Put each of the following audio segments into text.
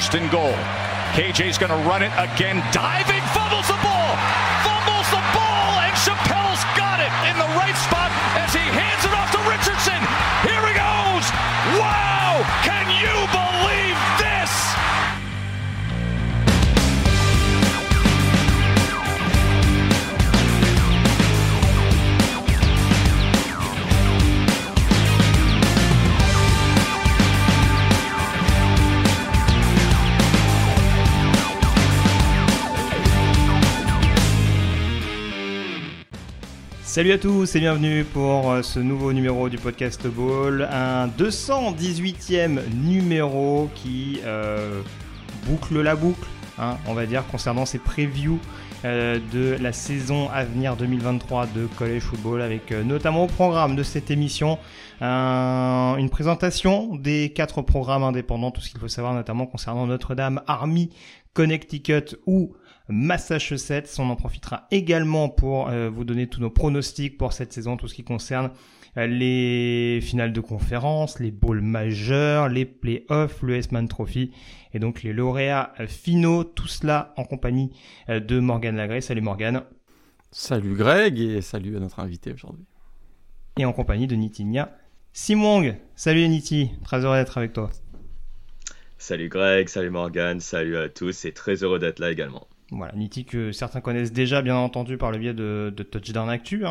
first and goal. KJ's going to run it again, diving, fumbles the ball, and Chappelle's got it in the right spot as he hands it off to Richardson. Here he goes! Wow! Can you believe this? Salut à tous et bienvenue pour ce nouveau numéro du podcast Ball, un 218e numéro qui boucle la boucle, on va dire, concernant ces previews de la saison à venir 2023 de College Football, avec notamment au programme de cette émission une présentation des 4 programmes indépendants, tout ce qu'il faut savoir notamment concernant Notre-Dame, Army, Connecticut ou Massachusetts. On en profitera également pour vous donner tous nos pronostics pour cette saison, tout ce qui concerne les finales de conférence, les bowls majeurs, les playoffs, le S-Man Trophy et donc les lauréats finaux, tout cela en compagnie de Morgane Lagré. Salut Morgane. Salut Greg et salut à notre invité aujourd'hui. Et en compagnie de Nitinia Simong. Salut Niti, très heureux d'être avec toi. Salut Greg, salut Morgane, salut à tous et très heureux d'être là également. Voilà, Niti que certains connaissent déjà bien entendu par le biais de Touchdown Actu,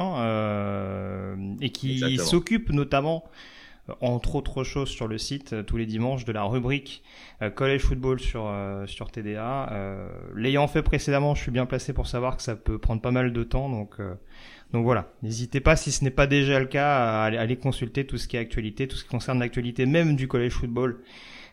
et qui Exactement. s'occupe notamment, entre autres choses sur le site, tous les dimanches de la rubrique College Football sur TDA. L'ayant fait précédemment, je suis bien placé pour savoir que ça peut prendre pas mal de temps, donc voilà, n'hésitez pas, si ce n'est pas déjà le cas, à aller consulter tout ce qui est actualité, tout ce qui concerne l'actualité même du College Football.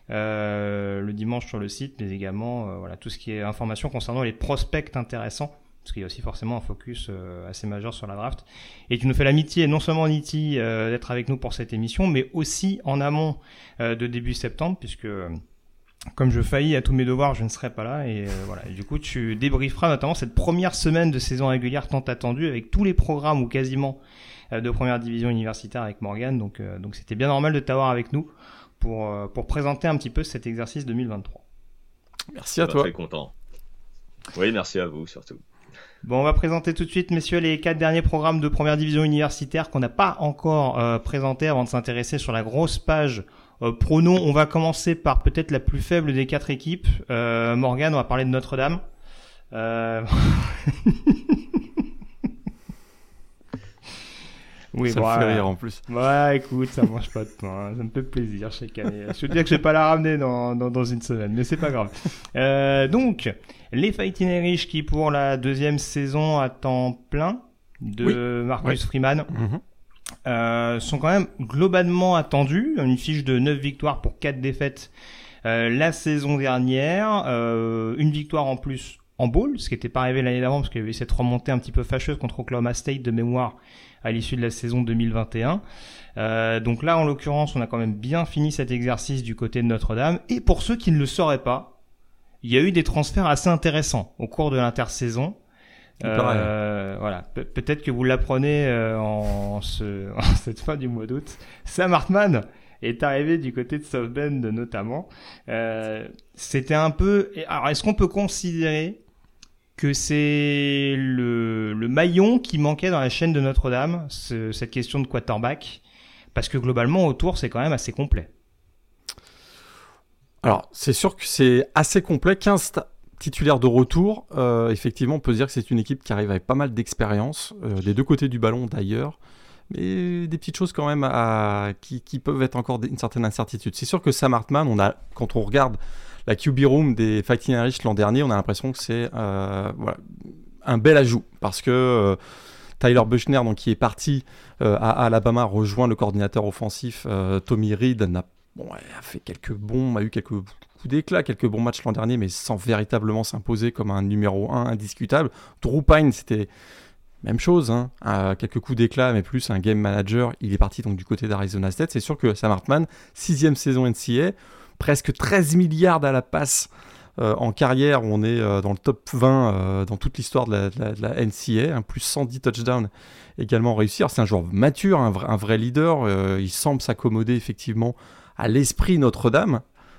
Le dimanche sur le site, mais également voilà, tout ce qui est information concernant les prospects intéressants, parce qu'il y a aussi forcément un focus assez majeur sur la draft. Et tu nous fais l'amitié, non seulement Niti, d'être avec nous pour cette émission, mais aussi en amont de début septembre, puisque comme je faillis à tous mes devoirs, je ne serai pas là, et voilà. Et du coup, tu débrieferas notamment cette première semaine de saison régulière tant attendue, avec tous les programmes ou quasiment de première division universitaire avec Morgane. Donc c'était bien normal de t'avoir avec nous pour présenter un petit peu cet exercice 2023. Merci à toi. Très content. Oui, merci à vous surtout. Bon, on va présenter tout de suite, messieurs, les 4 derniers programmes de première division universitaire qu'on n'a pas encore présentés avant de s'intéresser sur la grosse page pronos. On va commencer par peut-être la plus faible des 4 équipes. Morgane, on va parler de Notre-Dame. Oui, ça me fait rire en plus. Ouais, écoute, ça mange pas de pain, ça me fait plaisir chaque année. Je veux dire que je vais pas la ramener dans une semaine, mais c'est pas grave. Donc, les Fighting Irish qui pour la deuxième saison à temps plein de Marcus Freeman sont quand même globalement attendus. Une fiche de 9 victoires pour 4 défaites la saison dernière, une victoire en plus en bowl, ce qui n'était pas arrivé l'année d'avant parce qu'il y avait eu cette remontée un petit peu fâcheuse contre Oklahoma State de mémoire à l'issue de la saison 2021. Donc là, en l'occurrence, on a quand même bien fini cet exercice du côté de Notre-Dame. Et pour ceux qui ne le sauraient pas, il y a eu des transferts assez intéressants au cours de l'intersaison. Voilà, peut-être que vous l'apprenez en cette fin du mois d'août. Sam Hartman est arrivé du côté de South Bend notamment. C'était un peu... Alors, est-ce qu'on peut considérer que c'est le maillon qui manquait dans la chaîne de Notre-Dame, cette question de quarterback, parce que globalement autour c'est quand même assez complet. Alors c'est sûr que c'est assez complet, 15 titulaires de retour, effectivement on peut dire que c'est une équipe qui arrive avec pas mal d'expérience, des deux côtés du ballon d'ailleurs, mais des petites choses quand même qui peuvent être encore une certaine incertitude. C'est sûr que Sam Hartman, quand on regarde la QB Room des Fighting Irish l'an dernier, on a l'impression que c'est un bel ajout parce que Tyler Buchner, donc, qui est parti à Alabama, rejoint le coordinateur offensif Tommy Reed, a eu quelques coups d'éclat, quelques bons matchs l'an dernier, mais sans véritablement s'imposer comme un numéro 1 indiscutable. Drew Pine, c'était même chose, quelques coups d'éclat, mais plus un game manager. Il est parti donc du côté d'Arizona State. C'est sûr que Sam Hartman, 6e saison NCAA, presque 13 milliards à la passe en carrière, où on est dans le top 20 dans toute l'histoire de la NCAA, plus 110 touchdowns également réussi. Alors, c'est un joueur mature, un vrai leader. Il semble s'accommoder effectivement à l'esprit Notre-Dame.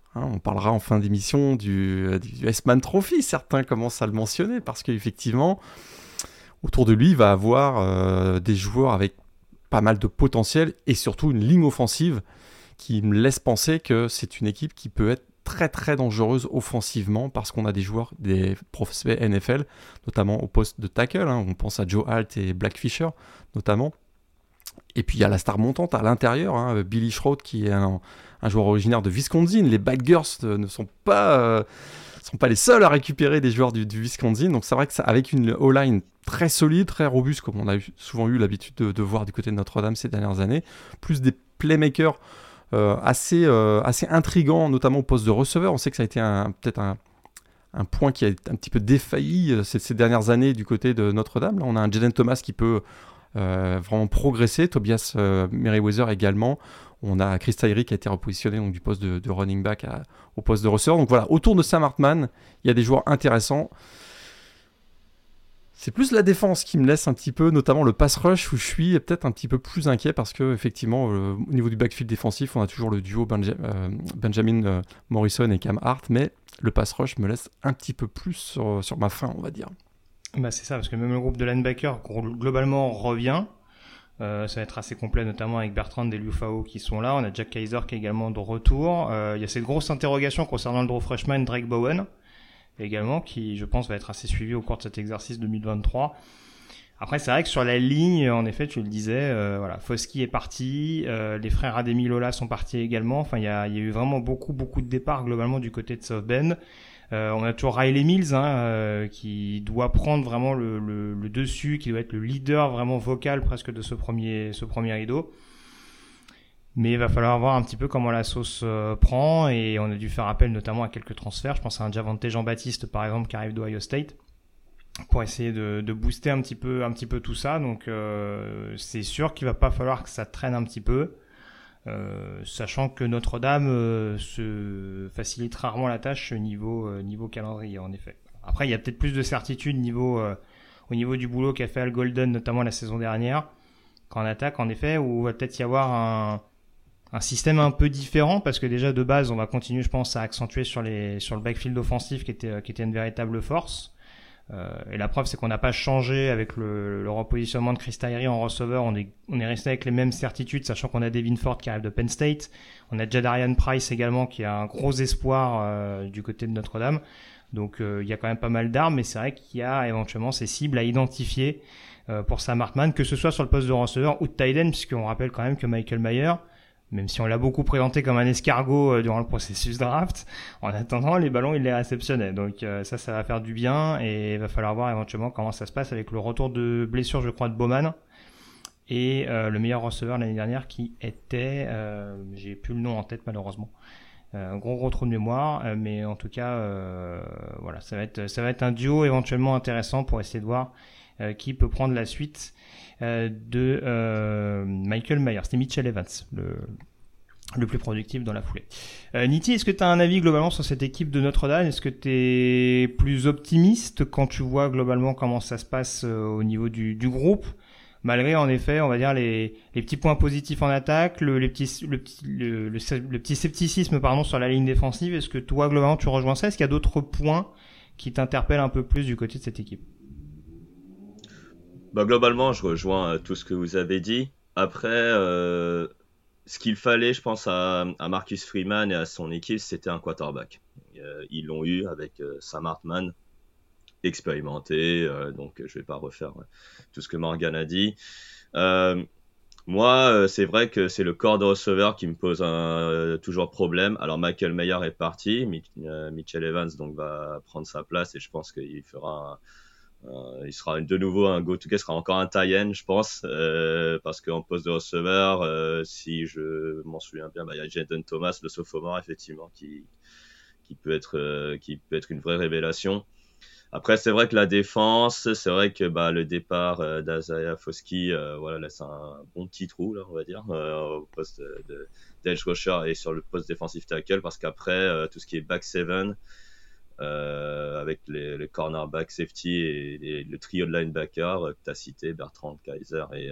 On parlera en fin d'émission du S-Man Trophy, certains commencent à le mentionner, parce qu'effectivement, autour de lui, il va avoir des joueurs avec pas mal de potentiel, et surtout une ligne offensive qui me laisse penser que c'est une équipe qui peut être très très dangereuse offensivement, parce qu'on a des joueurs, des prospects NFL, notamment au poste de tackle, on pense à Joe Alt et Black Fisher, notamment. Et puis il y a la star montante à l'intérieur, Billy Schroed, qui est un joueur originaire de Wisconsin. Les Badgers ne sont pas les seuls à récupérer des joueurs du Wisconsin. Donc c'est vrai que ça, avec une O-line très solide, très robuste, comme on a souvent eu l'habitude de voir du côté de Notre-Dame ces dernières années, plus des playmakers assez intrigants, notamment au poste de receveur. On sait que ça a été peut-être un point qui a un petit peu défailli ces dernières années du côté de Notre-Dame. Là, on a un Jaden Thomas qui peut vraiment progresser, Tobias Merriweather également. On a Chris Tyree qui a été repositionné donc, du poste de running back au poste de receveur. Donc voilà, autour de Sam Hartman, il y a des joueurs intéressants. C'est plus la défense qui me laisse un petit peu, notamment le pass rush, où je suis peut-être un petit peu plus inquiet, parce qu'effectivement, au niveau du backfield défensif, on a toujours le duo Benjamin Morrison et Cam Hart, mais le pass rush me laisse un petit peu plus sur ma faim, on va dire. Bah c'est ça, parce que même le groupe de linebackers globalement revient. Ça va être assez complet, notamment avec Bertrand et Liufao qui sont là. On a Jack Kaiser qui est également de retour. Il y a cette grosse interrogation concernant le draw freshman Drake Bowen également, qui je pense va être assez suivi au cours de cet exercice 2023. Après c'est vrai que sur la ligne, en effet tu le disais, Foskey est parti, les frères Ademi Lola sont partis également. Enfin il y a eu vraiment beaucoup de départs globalement du côté de South Bend. On a toujours Riley Mills qui doit prendre vraiment le dessus, qui doit être le leader vraiment vocal presque de ce premier rideau. Mais il va falloir voir un petit peu comment la sauce prend, et on a dû faire appel notamment à quelques transferts. Je pense à un Javonte Jean-Baptiste par exemple qui arrive d'Ohio State pour essayer de booster un petit peu tout ça. Donc c'est sûr qu'il va pas falloir que ça traîne un petit peu. Sachant que Notre-Dame se facilite rarement la tâche niveau calendrier en effet. Après il y a peut-être plus de certitude au niveau du boulot qu'a fait Al Golden notamment la saison dernière qu'en attaque en effet, où va peut-être y avoir un système un peu différent, parce que déjà de base on va continuer je pense à accentuer sur le backfield offensif qui était une véritable force. Et la preuve c'est qu'on n'a pas changé avec le repositionnement de Chris Tyree en receveur. On est resté avec les mêmes certitudes, sachant qu'on a Devin Ford qui arrive de Penn State, on a Jadarian Price également qui a un gros espoir du côté de Notre-Dame. Donc il y a quand même pas mal d'armes, mais c'est vrai qu'il y a éventuellement ces cibles à identifier pour Sam Hartman, que ce soit sur le poste de receveur ou de tight end, puisqu'on rappelle quand même que Michael Mayer, même si on l'a beaucoup présenté comme un escargot durant le processus draft, en attendant les ballons il les réceptionnait. Donc ça va faire du bien, et il va falloir voir éventuellement comment ça se passe avec le retour de blessure je crois de Bowman et le meilleur receveur l'année dernière qui était j'ai plus le nom en tête malheureusement, un gros trou de mémoire, mais en tout cas voilà, ça va être un duo éventuellement intéressant pour essayer de voir qui peut prendre la suite de Michael Mayer. C'était Mitchell Evans le plus productif dans la foulée. Nitti, est-ce que tu as un avis globalement sur cette équipe de Notre-Dame? Est-ce que tu es plus optimiste quand tu vois globalement comment ça se passe au niveau du groupe, malgré en effet on va dire les petits points positifs en attaque, le petit scepticisme sur la ligne défensive? Est-ce que toi globalement tu rejoins ça? Est-ce qu'il y a d'autres points qui t'interpellent un peu plus du côté de cette équipe? Globalement, je rejoins tout ce que vous avez dit. Après, ce qu'il fallait, je pense, à Marcus Freeman et à son équipe, c'était un quarterback. Ils l'ont eu avec Sam Hartman, expérimenté, donc je vais pas refaire tout ce que Morgan a dit. Moi, c'est vrai que c'est le corps de receveur qui me pose toujours problème. Alors Michael Mayer est parti, Mitchell Evans donc va prendre sa place, et je pense qu'il fera il sera de nouveau un go-to-guy, sera encore un tie-end, je pense, parce qu'en poste de receveur, si je m'en souviens bien, il y a Jaden Thomas, le sophomore, effectivement, qui peut être une vraie révélation. Après, c'est vrai que la défense, c'est vrai que le départ d'Isaiah Foskey laisse un bon petit trou, là, on va dire, au poste d'edge rusher et sur le poste défensif tackle, parce qu'après, tout ce qui est back seven, avec les cornerback safety et le trio de linebacker que tu as cité, Bertrand, Kaiser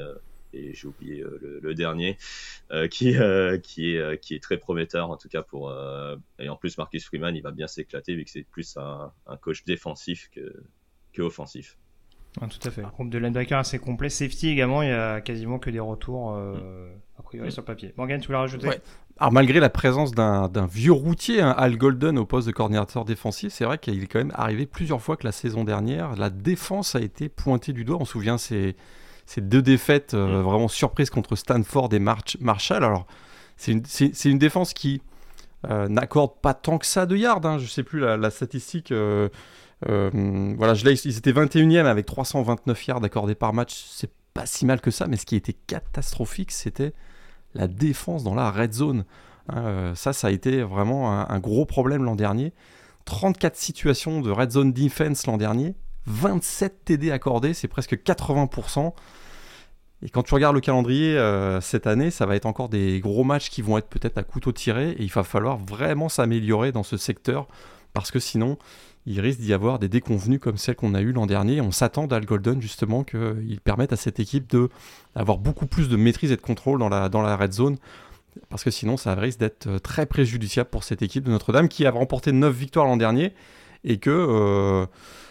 et j'ai oublié le dernier, qui est très prometteur en tout cas et en plus Marcus Freeman il va bien s'éclater vu que c'est plus un coach défensif que offensif. Ah, tout à fait. Groupe de linebacker assez complet. Safety également, il y a quasiment que des retours a priori sur papier. Morgan, tu voulais rajouter? Ouais. Alors malgré la présence d'un vieux routier, Al Golden au poste de coordinateur défensif, c'est vrai qu'il est quand même arrivé plusieurs fois que la saison dernière, la défense a été pointée du doigt. On se souvient ces 2 défaites vraiment surprises contre Stanford et Marshall. Alors c'est une défense qui n'accorde pas tant que ça de yards. Je ne sais plus la statistique. Voilà, ils étaient 21e avec 329 yards accordés par match. C'est pas si mal que ça, mais ce qui était catastrophique, c'était la défense dans la red zone. Ça a été vraiment un gros problème l'an dernier. 34 situations de red zone defense l'an dernier, 27 TD accordés, c'est presque 80%. Et quand tu regardes le calendrier cette année, ça va être encore des gros matchs qui vont être peut-être à couteau tiré, et il va falloir vraiment s'améliorer dans ce secteur, parce que sinon, il risque d'y avoir des déconvenues comme celles qu'on a eues l'an dernier. On s'attend d'Al Golden justement qu'il permette à cette équipe d'avoir beaucoup plus de maîtrise et de contrôle dans la red zone, parce que sinon ça risque d'être très préjudiciable pour cette équipe de Notre-Dame qui a remporté 9 victoires l'an dernier et que...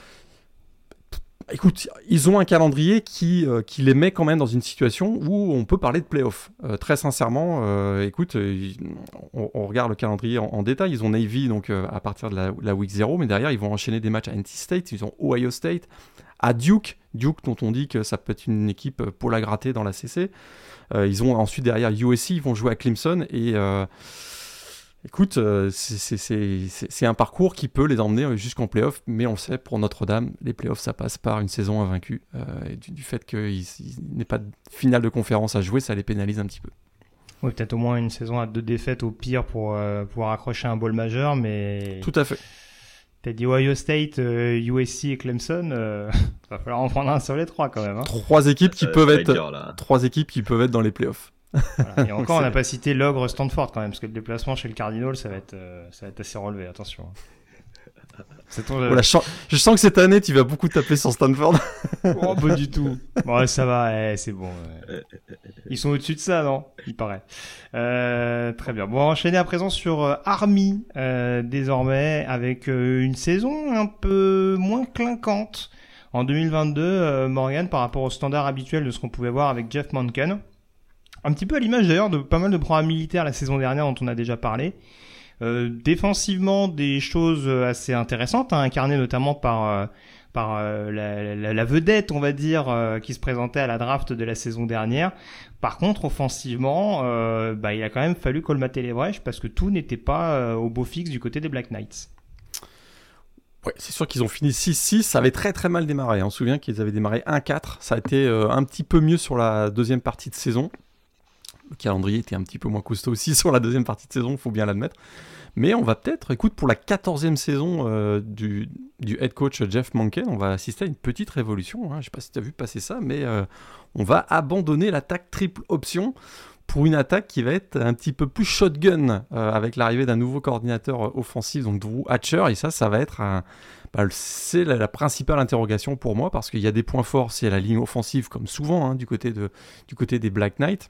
Écoute, ils ont un calendrier qui les met quand même dans une situation où on peut parler de play-off. Très sincèrement, écoute, on regarde le calendrier en détail. Ils ont Navy donc, à partir de la week 0, mais derrière, ils vont enchaîner des matchs à NC State. Ils ont Ohio State, à Duke dont on dit que ça peut être une équipe pour la gratter dans la CC. Ils ont ensuite derrière USC, ils vont jouer à Clemson et... Écoute, c'est un parcours qui peut les emmener jusqu'en play-off, mais on sait, pour Notre-Dame, les play-offs, ça passe par une saison invaincue. Et du fait qu'il n'ait pas de finale de conférence à jouer, ça les pénalise un petit peu. Oui, peut-être au moins une saison à 2 défaites au pire pour pouvoir accrocher un bowl majeur, mais... Tout à fait. T'as dit Ohio State, USC et Clemson, va falloir en prendre un sur les 3 quand même. 3 équipes qui peuvent être 3 équipes qui peuvent être dans les play-offs. Voilà. Et encore, on n'a pas cité l'ogre Stanford quand même, parce que le déplacement chez le Cardinal, ça va être assez relevé, attention. Voilà, je sens que cette année, tu vas beaucoup taper sur Stanford. Oh, pas du tout. Bon, ça va, c'est bon. Ils sont au-dessus de ça, non? Il paraît. Très bien. Bon, on va enchaîner à présent sur Army, désormais, avec une saison un peu moins clinquante en 2022, Morgan, par rapport au standard habituel de ce qu'on pouvait voir avec Jeff Monken. Un petit peu à l'image d'ailleurs de pas mal de programmes militaires la saison dernière dont on a déjà parlé. Défensivement, des choses assez intéressantes, incarnées notamment par la vedette, on va dire, qui se présentait à la draft de la saison dernière. Par contre, offensivement, il a quand même fallu colmater les brèches parce que tout n'était pas au beau fixe du côté des Black Knights. Ouais, c'est sûr qu'ils ont fini 6-6, ça avait très très mal démarré. On se souvient qu'ils avaient démarré 1-4, ça a été un petit peu mieux sur la deuxième partie de saison. Le calendrier était un petit peu moins costaud aussi sur la deuxième partie de saison, il faut bien l'admettre. Mais on va peut-être, écoute, pour la 14e saison du head coach Jeff Monken, on va assister à une petite révolution. Je ne sais pas si tu as vu passer ça, mais on va abandonner l'attaque triple option pour une attaque qui va être un petit peu plus shotgun avec l'arrivée d'un nouveau coordinateur offensif, donc Drew Hatcher. Et ça va être c'est la principale interrogation pour moi, parce qu'il y a des points forts, c'est la ligne offensive, comme souvent du côté des Black Knights.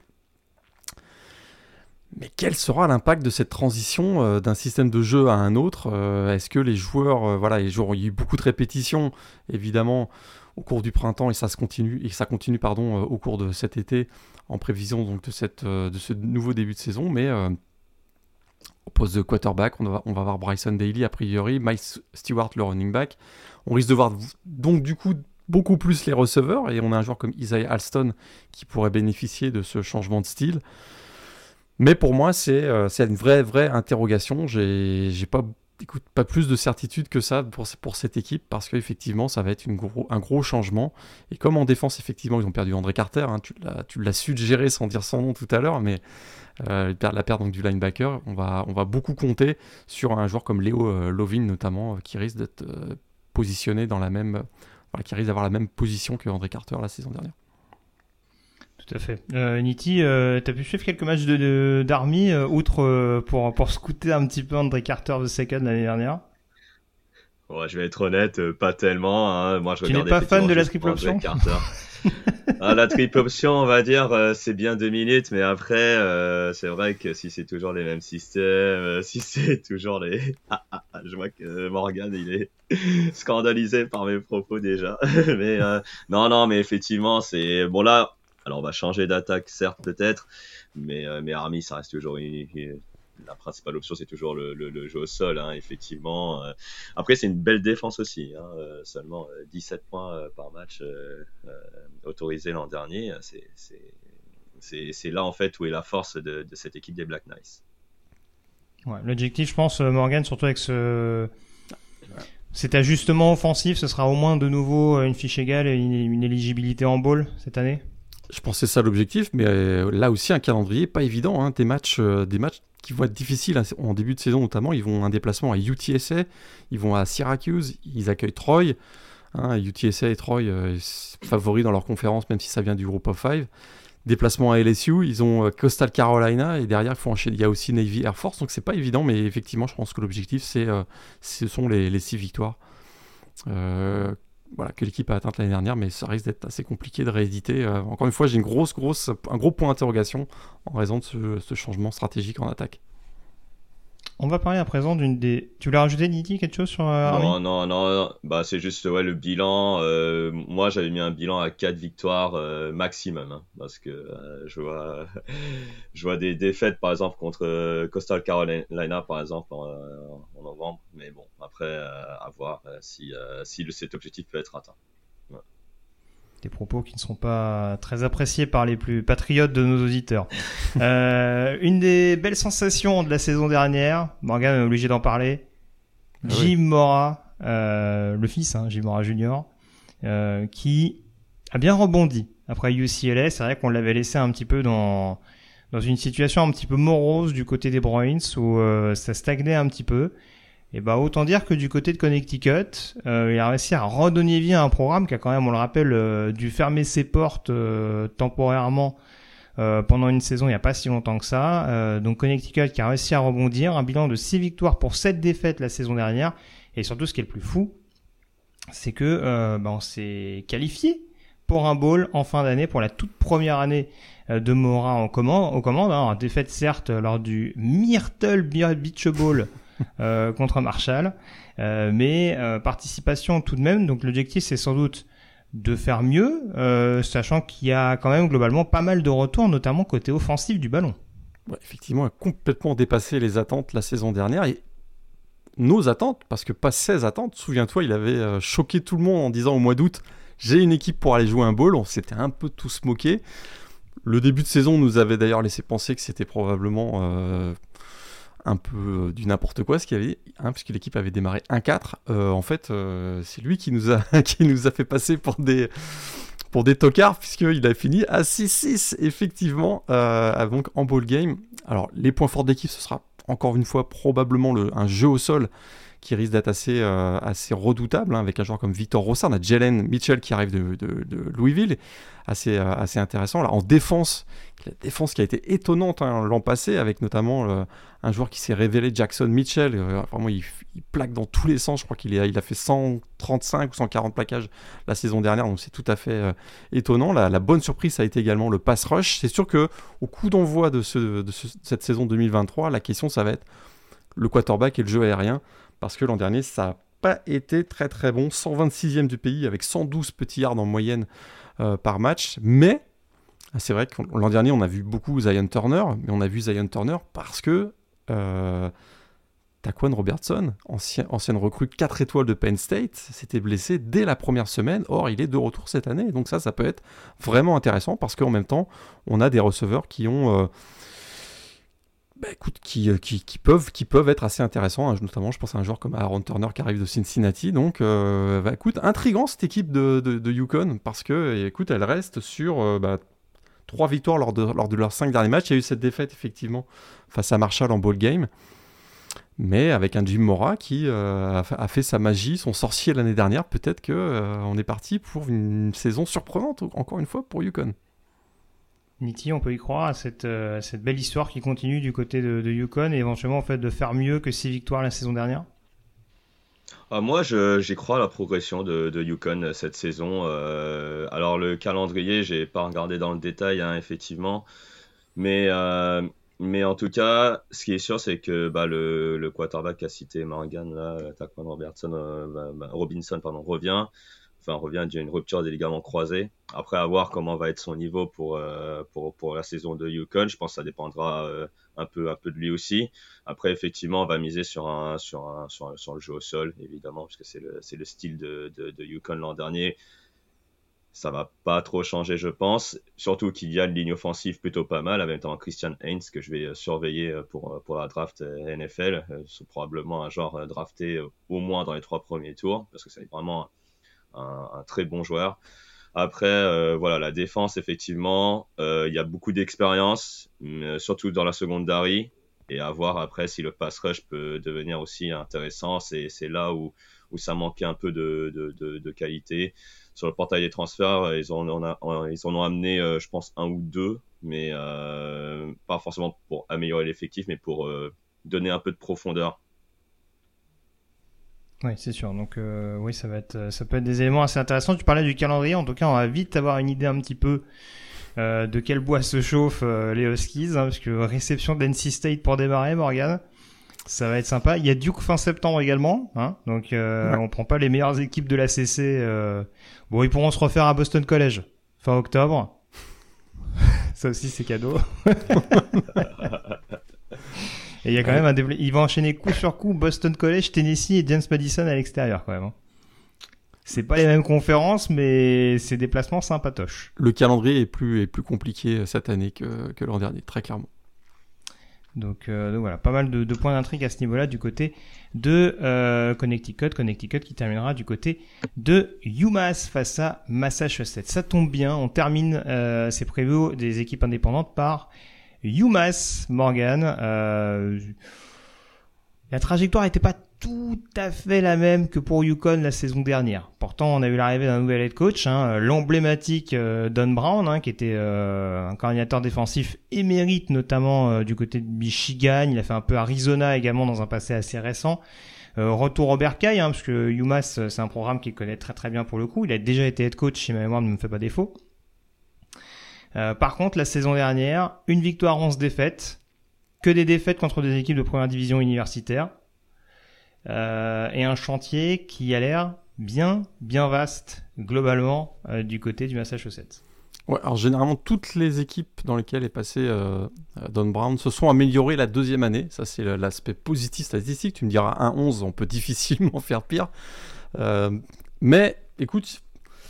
Mais quel sera l'impact de cette transition d'un système de jeu à un autre? Est-ce que les joueurs, il y a eu beaucoup de répétitions, évidemment, au cours du printemps, et ça continue au cours de cet été, en prévision donc de ce nouveau début de saison. Mais au poste de quarterback, on va voir Bryson Daly a priori, Miles Stewart le running back. On risque de voir donc du coup beaucoup plus les receveurs, et on a un joueur comme Isaiah Alston qui pourrait bénéficier de ce changement de style. Mais pour moi, c'est une vraie interrogation. J'ai pas plus de certitude que ça pour cette équipe, parce qu'effectivement, ça va être un gros changement. Et comme en défense, effectivement, ils ont perdu André Carter, tu l'as suggéré sans dire son nom tout à l'heure, mais la perte donc, du linebacker, on va beaucoup compter sur un joueur comme Léo Lovin, notamment, qui risque d'être positionné dans qui risque d'avoir la même position que André Carter la saison dernière. Tout à fait. Nitti, t'as pu suivre quelques matchs d'Army, outre pour scouter un petit peu André Carter II l'année dernière? Ouais, je vais être honnête, pas tellement. Hein. Moi, je Tu n'es regardais pas fan de la juste triple pour option? Jack Carter. La triple option, on va dire, c'est bien 2 minutes, mais après, c'est vrai que si c'est toujours les mêmes systèmes, si c'est toujours les... je vois que Morgan, il est scandalisé par mes propos déjà. Mais non, mais effectivement, c'est... Bon là, alors on va changer d'attaque, certes, peut-être, mais Army, ça reste toujours la principale option, c'est toujours le jeu au sol, hein, effectivement. Après, c'est une belle défense aussi. Hein, seulement 17 points par match autorisés l'an dernier. C'est là, en fait, où est la force de cette équipe des Black Knights. Ouais, l'objectif, je pense, Morgan, surtout avec cet ajustement offensif, ce sera au moins de nouveau une fiche égale et une éligibilité en bowl cette année. Je pense que c'est ça l'objectif, mais là aussi un calendrier pas évident, hein, des matchs qui vont être difficiles en début de saison notamment. Ils vont un déplacement à UTSA, ils vont à Syracuse, ils accueillent Troy. Hein, UTSA et Troy favoris dans leur conférence, même si ça vient du groupe of 5. Déplacement à LSU, ils ont Coastal Carolina et derrière il y a aussi Navy Air Force, donc c'est pas évident, mais effectivement je pense que l'objectif ce sont les 6 victoires. Voilà, que l'équipe a atteinte l'année dernière, mais ça risque d'être assez compliqué de rééditer. Encore une fois, j'ai un gros point d'interrogation en raison de ce changement stratégique en attaque. On va parler à présent d'une des... Tu voulais rajouter, Niti, quelque chose sur Army ? Non. Bah, c'est juste le bilan. Moi, j'avais mis un bilan à 4 victoires maximum. Hein, parce que je vois des défaites, par exemple, contre Coastal Carolina, par exemple, en novembre. Mais bon, après, à voir si cet objectif peut être atteint. Ouais. Des propos qui ne sont pas très appréciés par les plus patriotes de nos auditeurs. Une des belles sensations de la saison dernière, Morgan est obligé d'en parler, Jim Mora, le fils, hein, Jim Mora Jr., qui a bien rebondi après UCLA. C'est vrai qu'on l'avait laissé un petit peu dans une situation un petit peu morose du côté des Bruins où ça stagnait un petit peu. Et bah autant dire que du côté de Connecticut, il a réussi à redonner vie à un programme qui a quand même, on le rappelle, dû fermer ses portes temporairement pendant une saison il n'y a pas si longtemps que ça. Donc Connecticut qui a réussi à rebondir, un bilan de 6 victoires pour 7 défaites la saison dernière. Et surtout ce qui est le plus fou, c'est que on s'est qualifié pour un bowl en fin d'année, pour la toute première année de Mora aux commandes. Hein, défaite certes lors du Myrtle Beach Bowl contre Marshall, mais participation tout de même. Donc l'objectif c'est sans doute de faire mieux, sachant qu'il y a quand même globalement pas mal de retours, notamment côté offensif du ballon. Ouais, effectivement, a complètement dépassé les attentes la saison dernière et nos attentes, parce que pas 16 attentes. Souviens-toi, il avait choqué tout le monde en disant au mois d'août j'ai une équipe pour aller jouer un bowl. On s'était un peu tous moqués. Le début de saison nous avait d'ailleurs laissé penser que c'était probablement un peu du n'importe quoi ce qu'il y avait, hein, puisque l'équipe avait démarré 1-4. En fait, c'est lui qui nous a fait passer pour des tocards, puisqu'il a fini à 6-6, effectivement, donc en bowl game. Alors, les points forts de l'équipe, ce sera encore une fois probablement un jeu au sol qui risque d'être assez redoutable, hein, avec un joueur comme Victor Rossa. On a Jalen Mitchell qui arrive de Louisville, assez intéressant. Là, en défense, la défense qui a été étonnante l'an passé, avec notamment un joueur qui s'est révélé, Jackson Mitchell. Vraiment, il plaque dans tous les sens. Je crois qu'il a fait 135 ou 140 plaquages la saison dernière, donc c'est tout à fait étonnant. La bonne surprise, ça a été également le pass rush. C'est sûr qu'au coup d'envoi de cette saison 2023, la question, ça va être le quarterback et le jeu aérien, parce que l'an dernier, ça n'a pas été très très bon. 126e du pays, avec 112 petits yards en moyenne par match. Mais c'est vrai que l'an dernier, on a vu beaucoup Zion Turner, mais on a vu Zion Turner parce que Taquan Robertson, ancienne recrue 4 étoiles de Penn State, s'était blessé dès la première semaine. Or, il est de retour cette année. Donc ça peut être vraiment intéressant, parce qu'en même temps, on a des receveurs qui ont... qui peuvent être assez intéressants, hein. Notamment je pense à un joueur comme Aaron Turner qui arrive de Cincinnati. Donc intriguant cette équipe de Yukon, parce que elle reste sur 3 victoires lors de leurs 5 derniers matchs. Il y a eu cette défaite effectivement face à Marshall en bowl game, mais avec un Jim Mora qui a fait sa magie, son sorcier l'année dernière. Peut-être qu'on est parti pour une saison surprenante encore une fois pour Yukon. Niti, on peut y croire à cette belle histoire qui continue du côté de Yukon, et éventuellement en fait de faire mieux que 6 victoires la saison dernière? Moi, j'y crois à la progression de Yukon cette saison. Alors, le calendrier, j'ai pas regardé dans le détail, hein, effectivement. Mais, euh, mais en tout cas, ce qui est sûr, c'est que le quarterback qu'a cité Morgan, là, Taquan Robinson, pardon, revient d'une rupture des ligaments croisés. Après, à voir comment va être son niveau pour la saison de Yukon. Je pense que ça dépendra un peu de lui aussi. Après, effectivement, on va miser sur le jeu au sol, évidemment, parce que c'est le style de Yukon l'an dernier. Ça va pas trop changer, je pense. Surtout qu'il y a une ligne offensive plutôt pas mal, avec notamment Christian Haynes, que je vais surveiller pour la draft NFL. C'est probablement un genre drafté au moins dans les 3 premiers tours, parce que c'est vraiment un très bon joueur. Après, voilà, la défense, effectivement, il y a beaucoup d'expérience, surtout dans la secondary, et à voir après si le pass rush peut devenir aussi intéressant. C'est là où ça manquait un peu de qualité. Sur le portail des transferts, ils en ont amené, je pense, 1 ou 2, mais pas forcément pour améliorer l'effectif, mais pour donner un peu de profondeur. Oui, c'est sûr. Donc, oui, ça peut être des éléments assez intéressants. Tu parlais du calendrier. En tout cas, on va vite avoir une idée un petit peu de quel bois se chauffent les Huskies, hein, parce que réception d'NC State pour démarrer, Morgan. Ça va être sympa. Il y a Duke fin septembre également, hein. Donc on prend pas les meilleures équipes de la CC. Bon, ils pourront se refaire à Boston College fin octobre. Ça aussi, c'est cadeau. Et il y a quand même il va enchaîner coup sur coup Boston College, Tennessee et James Madison à l'extérieur quand même, hein. C'est pas les mêmes conférences, mais c'est des placements sympatoches. Le calendrier est plus compliqué cette année que l'an dernier, très clairement. Donc voilà, pas mal de points d'intrigue à ce niveau-là du côté de Connecticut qui terminera du côté de UMass face à Massachusetts. Ça tombe bien, on termine ces previews des équipes indépendantes par UMass, Morgan. La trajectoire n'était pas tout à fait la même que pour Yukon la saison dernière. Pourtant, on a eu l'arrivée d'un nouvel head coach, hein, l'emblématique Don Brown, hein, qui était un coordinateur défensif émérite, notamment du côté de Michigan. Il a fait un peu Arizona également dans un passé assez récent. Retour au bercail, hein, parce que UMass, c'est un programme qu'il connaît très très bien pour le coup. Il a déjà été head coach, si ma mémoire ne me fait pas défaut. Par contre, la saison dernière, 1 victoire, 11 défaites. Que des défaites contre des équipes de première division universitaire. Et un chantier qui a l'air bien vaste globalement du côté du Massachusetts. Ouais, alors généralement toutes les équipes dans lesquelles est passé Don Brown se sont améliorées la deuxième année. Ça c'est l'aspect positif statistique. Tu me diras 1-11, on peut difficilement faire pire. Mais écoute,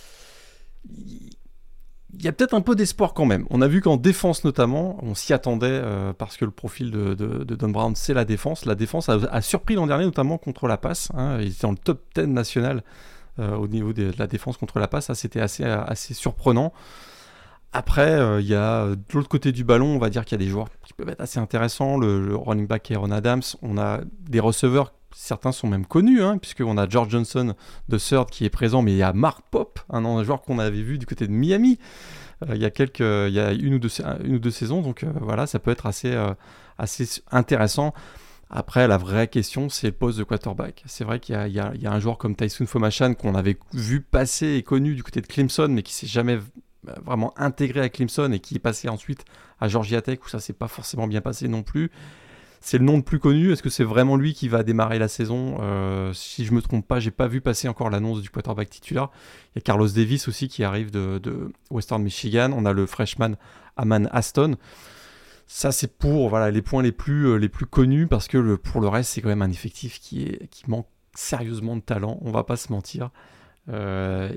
il y a peut-être un peu d'espoir quand même. On a vu qu'en défense notamment, on s'y attendait parce que le profil de Don Brown, c'est la défense. La défense a surpris l'an dernier, notamment contre la passe, hein. Il était dans le top 10 national au niveau de la défense contre la passe. Ça, c'était assez surprenant. Après, il y a de l'autre côté du ballon, on va dire qu'il y a des joueurs qui peuvent être assez intéressants. Le running back Aaron Adams, on a des receveurs, certains sont même connus, hein, puisqu'on a George Johnson de Third qui est présent, mais il y a Mark Pope, un joueur qu'on avait vu du côté de Miami il y a une ou deux saisons. Donc voilà, ça peut être assez intéressant. Après, la vraie question, c'est le poste de quarterback. C'est vrai qu'il y a un joueur comme Tyson Fomachan qu'on avait vu passer et connu du côté de Clemson, mais qui s'est jamais vraiment intégré à Clemson et qui est passé ensuite à Georgia Tech, où ça s'est pas forcément bien passé non plus. C'est le nom le plus connu. Est-ce que c'est vraiment lui qui va démarrer la saison ? Si je me trompe pas, j'ai pas vu passer encore l'annonce du quarterback titulaire. Il y a Carlos Davis aussi qui arrive de Western Michigan. On a le freshman Aman Aston. Ça, c'est pour les points les plus connus, parce que pour le reste, c'est quand même un effectif qui manque sérieusement de talent. On va pas se mentir. Le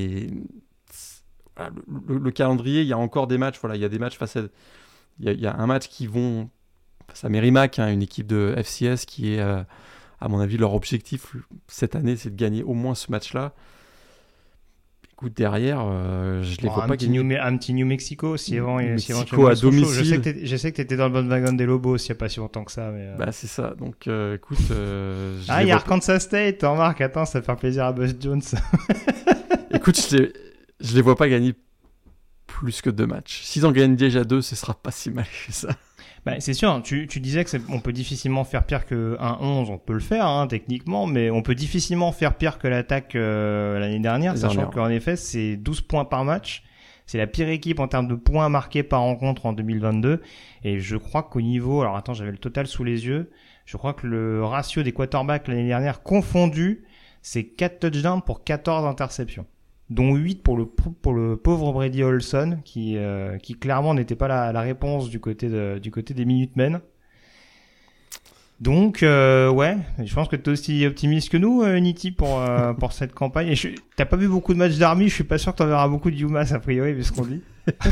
calendrier, il y a encore des matchs. Voilà, il y a des matchs il y a un match qui vont face à Merrimack, hein, une équipe de FCS qui est, à mon avis, leur objectif cette année, c'est de gagner au moins ce match-là. Écoute, derrière, je les vois pas gagner. Un petit New Mexico, si Mexico à domicile. Je sais que tu étais dans le bon wagon des Lobos il n'y a pas si longtemps que ça. Mais Bah, c'est ça. Donc, écoute. il y a Arkansas State, remarque. Attends, ça va faire plaisir à Buzz Jones. Écoute, je les vois pas gagner plus que 2 matchs. S'ils en gagnent déjà 2, ce sera pas si mal que ça. C'est sûr, tu disais que on peut difficilement faire pire que 1-11, on peut le faire techniquement, mais on peut difficilement faire pire que l'attaque l'année dernière, sachant qu'en effet c'est 12 points par match, c'est la pire équipe en termes de points marqués par rencontre en 2022, et je crois qu'au niveau, alors attends, j'avais le total sous les yeux, je crois que le ratio des quarterbacks l'année dernière confondu, c'est 4 touchdowns pour 14 interceptions. Dont 8 pour le pauvre Brady Olson qui clairement n'était pas la réponse du côté des Minutemen. Donc je pense que tu es aussi optimiste que nous, Nitti, pour cette campagne. Et t'as pas vu beaucoup de matchs d'Army, je suis pas sûr que t'en verras beaucoup de UMass a priori vu ce qu'on dit.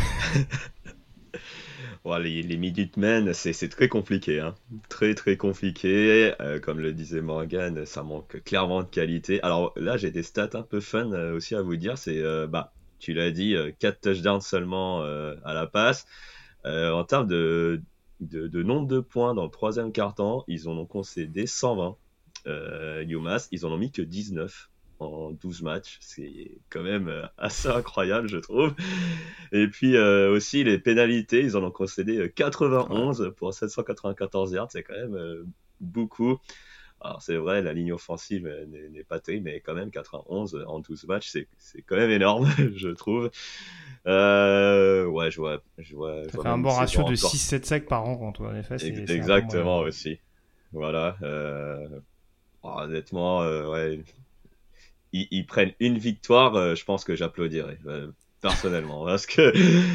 Ouais, les Minutemen, c'est très compliqué, très très compliqué. Comme le disait Morgan, ça manque clairement de qualité. Alors là, j'ai des stats un peu fun aussi à vous dire. C'est, tu l'as dit, 4 touchdowns seulement à la passe. En termes de nombre de points dans le troisième quart-temps, ils en ont concédé 120. UMass, ils en ont mis que 19. En 12 matchs, c'est quand même assez incroyable, je trouve. Et puis aussi les pénalités, ils en ont concédé 91 pour 794 yards, c'est quand même beaucoup. Alors c'est vrai, la ligne offensive n'est pas terrible, mais quand même 91 en 12 matchs, c'est quand même énorme, je trouve. Ouais, je vois. Ça fait un bon ratio de 6-7 sacs par rencontre, en effet. C'est exactement aussi. Voilà. Honnêtement, ouais. Ils prennent une victoire, je pense que j'applaudirais personnellement parce que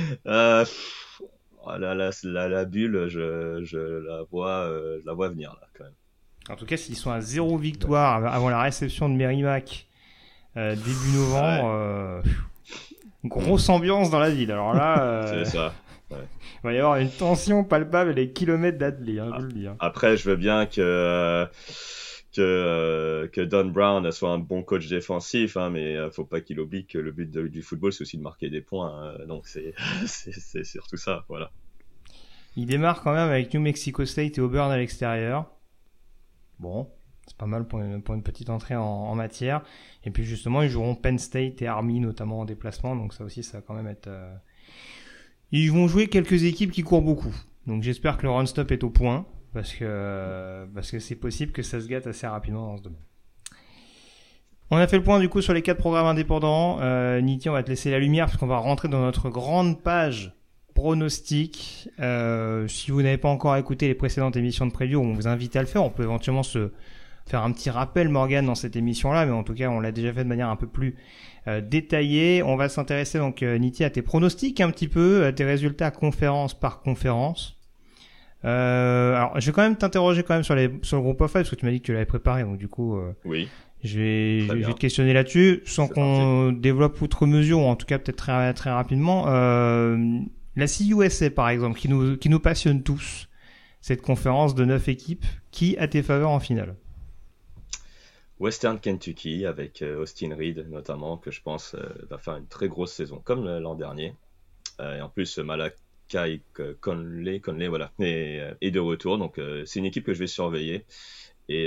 la bulle, je la vois venir là quand même. En tout cas, s'ils sont à 0 victoire avant la réception de Merrimack début novembre, grosse ambiance dans la ville. Alors là, c'est ça. Ouais. Il va y avoir une tension palpable et des kilomètres d'athlètes, je vous le dis. Après, je veux bien que Don Brown soit un bon coach défensif, mais faut pas qu'il oublie que le but du football c'est aussi de marquer des points, donc c'est surtout ça, voilà. Il démarre quand même avec New Mexico State et Auburn à l'extérieur. Bon, c'est pas mal pour une petite entrée en matière. Et puis justement, ils joueront Penn State et Army notamment en déplacement, donc ça aussi ça va quand même être... Ils vont jouer quelques équipes qui courent beaucoup, donc j'espère que le run-stop est au point. Parce que c'est possible que ça se gâte assez rapidement dans ce domaine. On a fait le point du coup sur les 4 programmes indépendants. Nitti, on va te laisser la lumière parce qu'on va rentrer dans notre grande page pronostic. Si vous n'avez pas encore écouté les précédentes émissions de preview, on vous invite à le faire. On peut éventuellement se faire un petit rappel, Morgan, dans cette émission-là, mais en tout cas, on l'a déjà fait de manière un peu plus détaillée. On va s'intéresser donc, Nitti, à tes pronostics un petit peu, à tes résultats conférence par conférence. Alors, je vais quand même t'interroger sur le groupe of five parce que tu m'as dit que tu l'avais préparé, donc du coup, oui. Je vais te questionner là-dessus sans qu'on développe outre mesure, ou en tout cas peut-être très, très rapidement. La CUSA, par exemple, qui nous passionne tous, cette conférence de 9 équipes, qui a tes faveurs en finale? Western Kentucky avec Austin Reed notamment, que je pense va faire une très grosse saison comme l'an dernier. Et en plus, Malachi Conley, voilà, est de retour, donc c'est une équipe que je vais surveiller. Et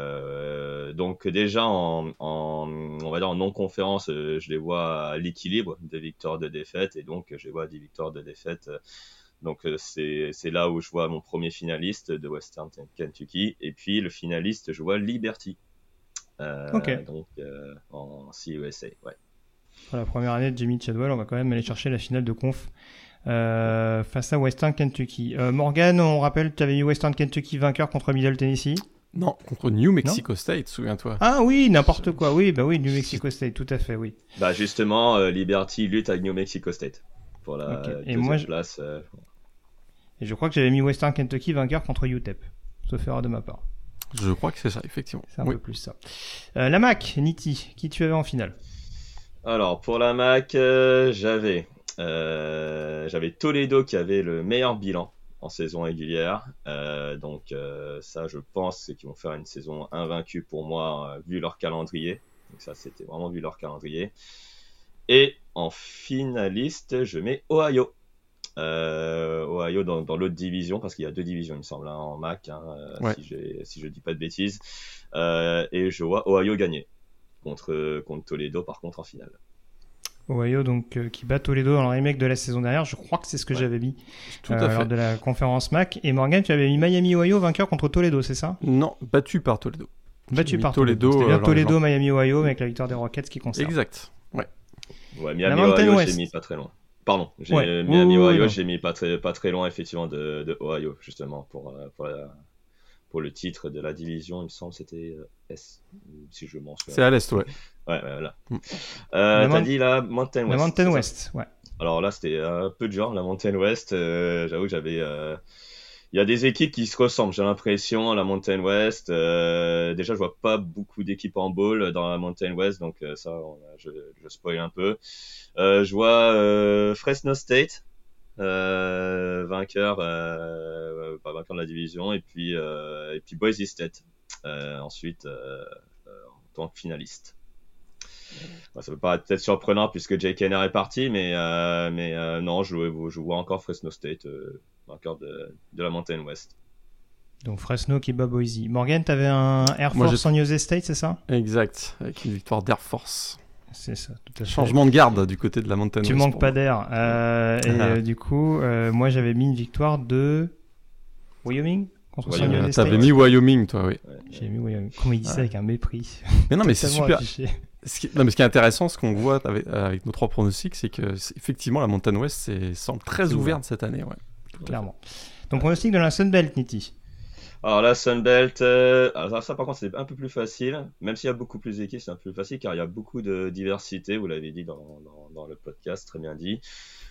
donc déjà on va dire en non-conférence, je les vois à l'équilibre, 2 victoires, 2 défaites, et donc je les vois à 10 victoires, 2 défaites. Donc c'est là où je vois mon premier finaliste de Western Kentucky, et puis le finaliste, je vois Liberty. Okay. Donc en CUSA, ouais. Pour la première année de Jimmy Chadwell, on va quand même aller chercher la finale de conf face à Western Kentucky. Morgan, on rappelle, tu avais eu Western Kentucky vainqueur contre Middle Tennessee. Non, contre New Mexico State, souviens-toi. Ah oui, n'importe quoi, oui, New Mexico State, tout à fait, oui. Bah justement, Liberty lutte avec New Mexico State pour la deuxième place. Et je crois que j'avais mis Western Kentucky vainqueur contre UTEP, sauf erreur de ma part. Je crois que c'est ça, effectivement. C'est un peu plus ça. La MAC, Nitti, qui tu avais en finale? Alors, pour la MAC, j'avais Toledo qui avait le meilleur bilan en saison régulière. Donc ça, je pense qu'ils vont faire une saison invaincue pour moi, vu leur calendrier. Donc ça, c'était vraiment vu leur calendrier. Et en finaliste, je mets Ohio. Ohio dans l'autre division, parce qu'il y a 2 divisions, il me semble, en MAC, si je dis pas de bêtises. Et je vois Ohio gagner contre Toledo, par contre, en finale. Ohio, donc qui bat Toledo dans le remake de la saison dernière. Je crois que c'est ce que j'avais mis Tout à fait. lors de la conférence MAC. Et Morgan, tu avais mis Miami Ohio vainqueur contre Toledo, c'est ça? Non, battu par Toledo. Battu mis par Toledo, C'était bien largement. Toledo, Miami Ohio, mais avec la victoire des Rockets qui conserve. Exact. Ouais. Ouais, La Miami Mountain Ohio, West. j'ai mis pas très loin. Pardon, Ouais. Miami Oui, Ohio, non. j'ai mis pas très loin effectivement de Ohio justement pour le titre de la division. Il me semble que c'était S, si je m'en souviens. C'est à l'est, ouais. Ouais, voilà. Mm. T'as dit la Mountain West. La Mountain c'est ça West, ouais. Alors là, c'était un peu de genre, la Mountain West. J'avoue que j'avais. Il y a des équipes qui se ressemblent, j'ai l'impression, la Mountain West. Déjà, je vois pas beaucoup d'équipes en bowl dans la Mountain West, donc je spoil un peu. Je vois Fresno State, vainqueur de la division, et puis Boise State, ensuite en tant que finaliste. Bon, ça peut paraître peut-être surprenant puisque Jake Henner est parti, mais non, je vois encore Fresno State, vainqueur de la Mountain West. Donc Fresno qui bat Boise. Morgan, t'avais un Air Moi, Force en USA State, c'est ça? Exact. Avec une victoire d'Air Force. C'est ça, tout à fait. Changement de garde du côté de la Mountain Tu West. manques pour pas moi. d'air. Du coup, moi j'avais mis une victoire de Wyoming contre San Wyoming. Jose State. T'avais mis Wyoming, toi, oui. J'ai mis Wyoming. Comment il dit ça avec un mépris? Mais non, mais c'est Tellement super. affiché. Ce qui est intéressant, ce qu'on voit avec nos trois pronostics, c'est que effectivement la Mountain West semble très C'est ouverte cette année. Ouais. Clairement. Donc pronostic de la Sun Belt, Nitti. Alors la Sunbelt, alors ça par contre c'est un peu plus facile, même s'il y a beaucoup plus d'équipes, c'est un peu plus facile car il y a beaucoup de diversité, vous l'avez dit dans le podcast, très bien dit.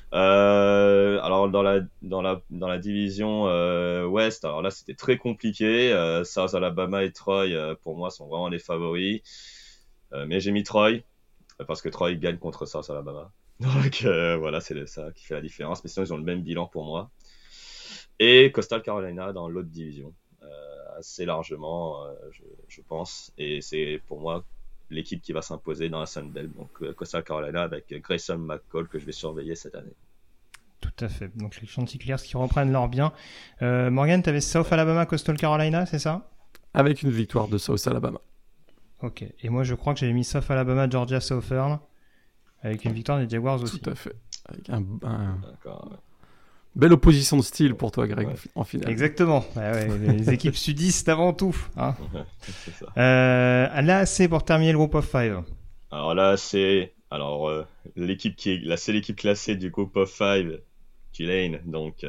Alors dans la division Ouest, alors là c'était très compliqué. South Alabama et Troy pour moi sont vraiment les favoris, mais j'ai mis Troy parce que Troy gagne contre South Alabama. Donc voilà, c'est ça qui fait la différence. Mais sinon ils ont le même bilan pour moi. Et Coastal Carolina dans l'autre division, assez largement, je pense. Et c'est pour moi l'équipe qui va s'imposer dans la Sun Belt. Donc Coastal Carolina avec Grayson McCall que je vais surveiller cette année. Tout à fait. Donc les Chanticleers qui reprennent leur bien. Morgan, t'avais South Alabama, Coastal Carolina, c'est ça? Avec une victoire de South Alabama. Ok. Et moi je crois que j'avais mis South Alabama, Georgia Southern, avec une victoire des Jaguars aussi. Tout à fait. Avec D'accord. Ouais. belle opposition de style pour toi, Greg, Ouais. en finale. Exactement. Les équipes sudistes avant tout. Hein. C'est ça. Là, c'est pour terminer le groupe of five. Alors là, c'est l'équipe la seule équipe classée du groupe of 5, Tulane. Donc,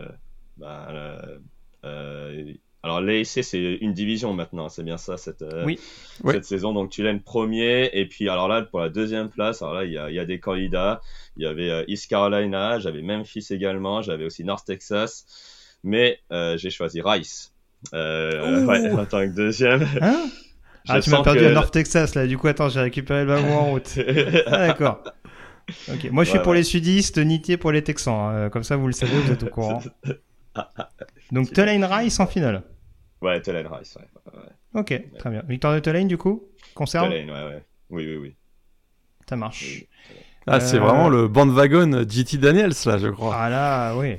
alors l'ASC c'est une division maintenant, c'est bien ça cette Oui. saison. Donc Tulane premier, et puis alors là pour la deuxième place, alors là il y a des candidats. Il y avait East Carolina, j'avais Memphis également, j'avais aussi North Texas, mais j'ai choisi Rice en tant que deuxième. Hein? Je Tu m'as sens perdu que- à North Texas là. Du coup, attends, j'ai récupéré le wagon en route. Ah, d'accord. Ok. Moi, je suis Ouais, pour ouais. les sudistes, Nitier pour les Texans. Hein. Comme ça, vous le savez, vous êtes au courant. Donc Tulane Rice en finale. Ouais, Tulane Rice, ouais. Ok, très bien. Victoire de Tulane du coup. Conserve. Tulane, ouais. Oui. Ça marche. Ah, c'est vraiment le bandwagon JT Daniels, là, je crois. Ah là, oui.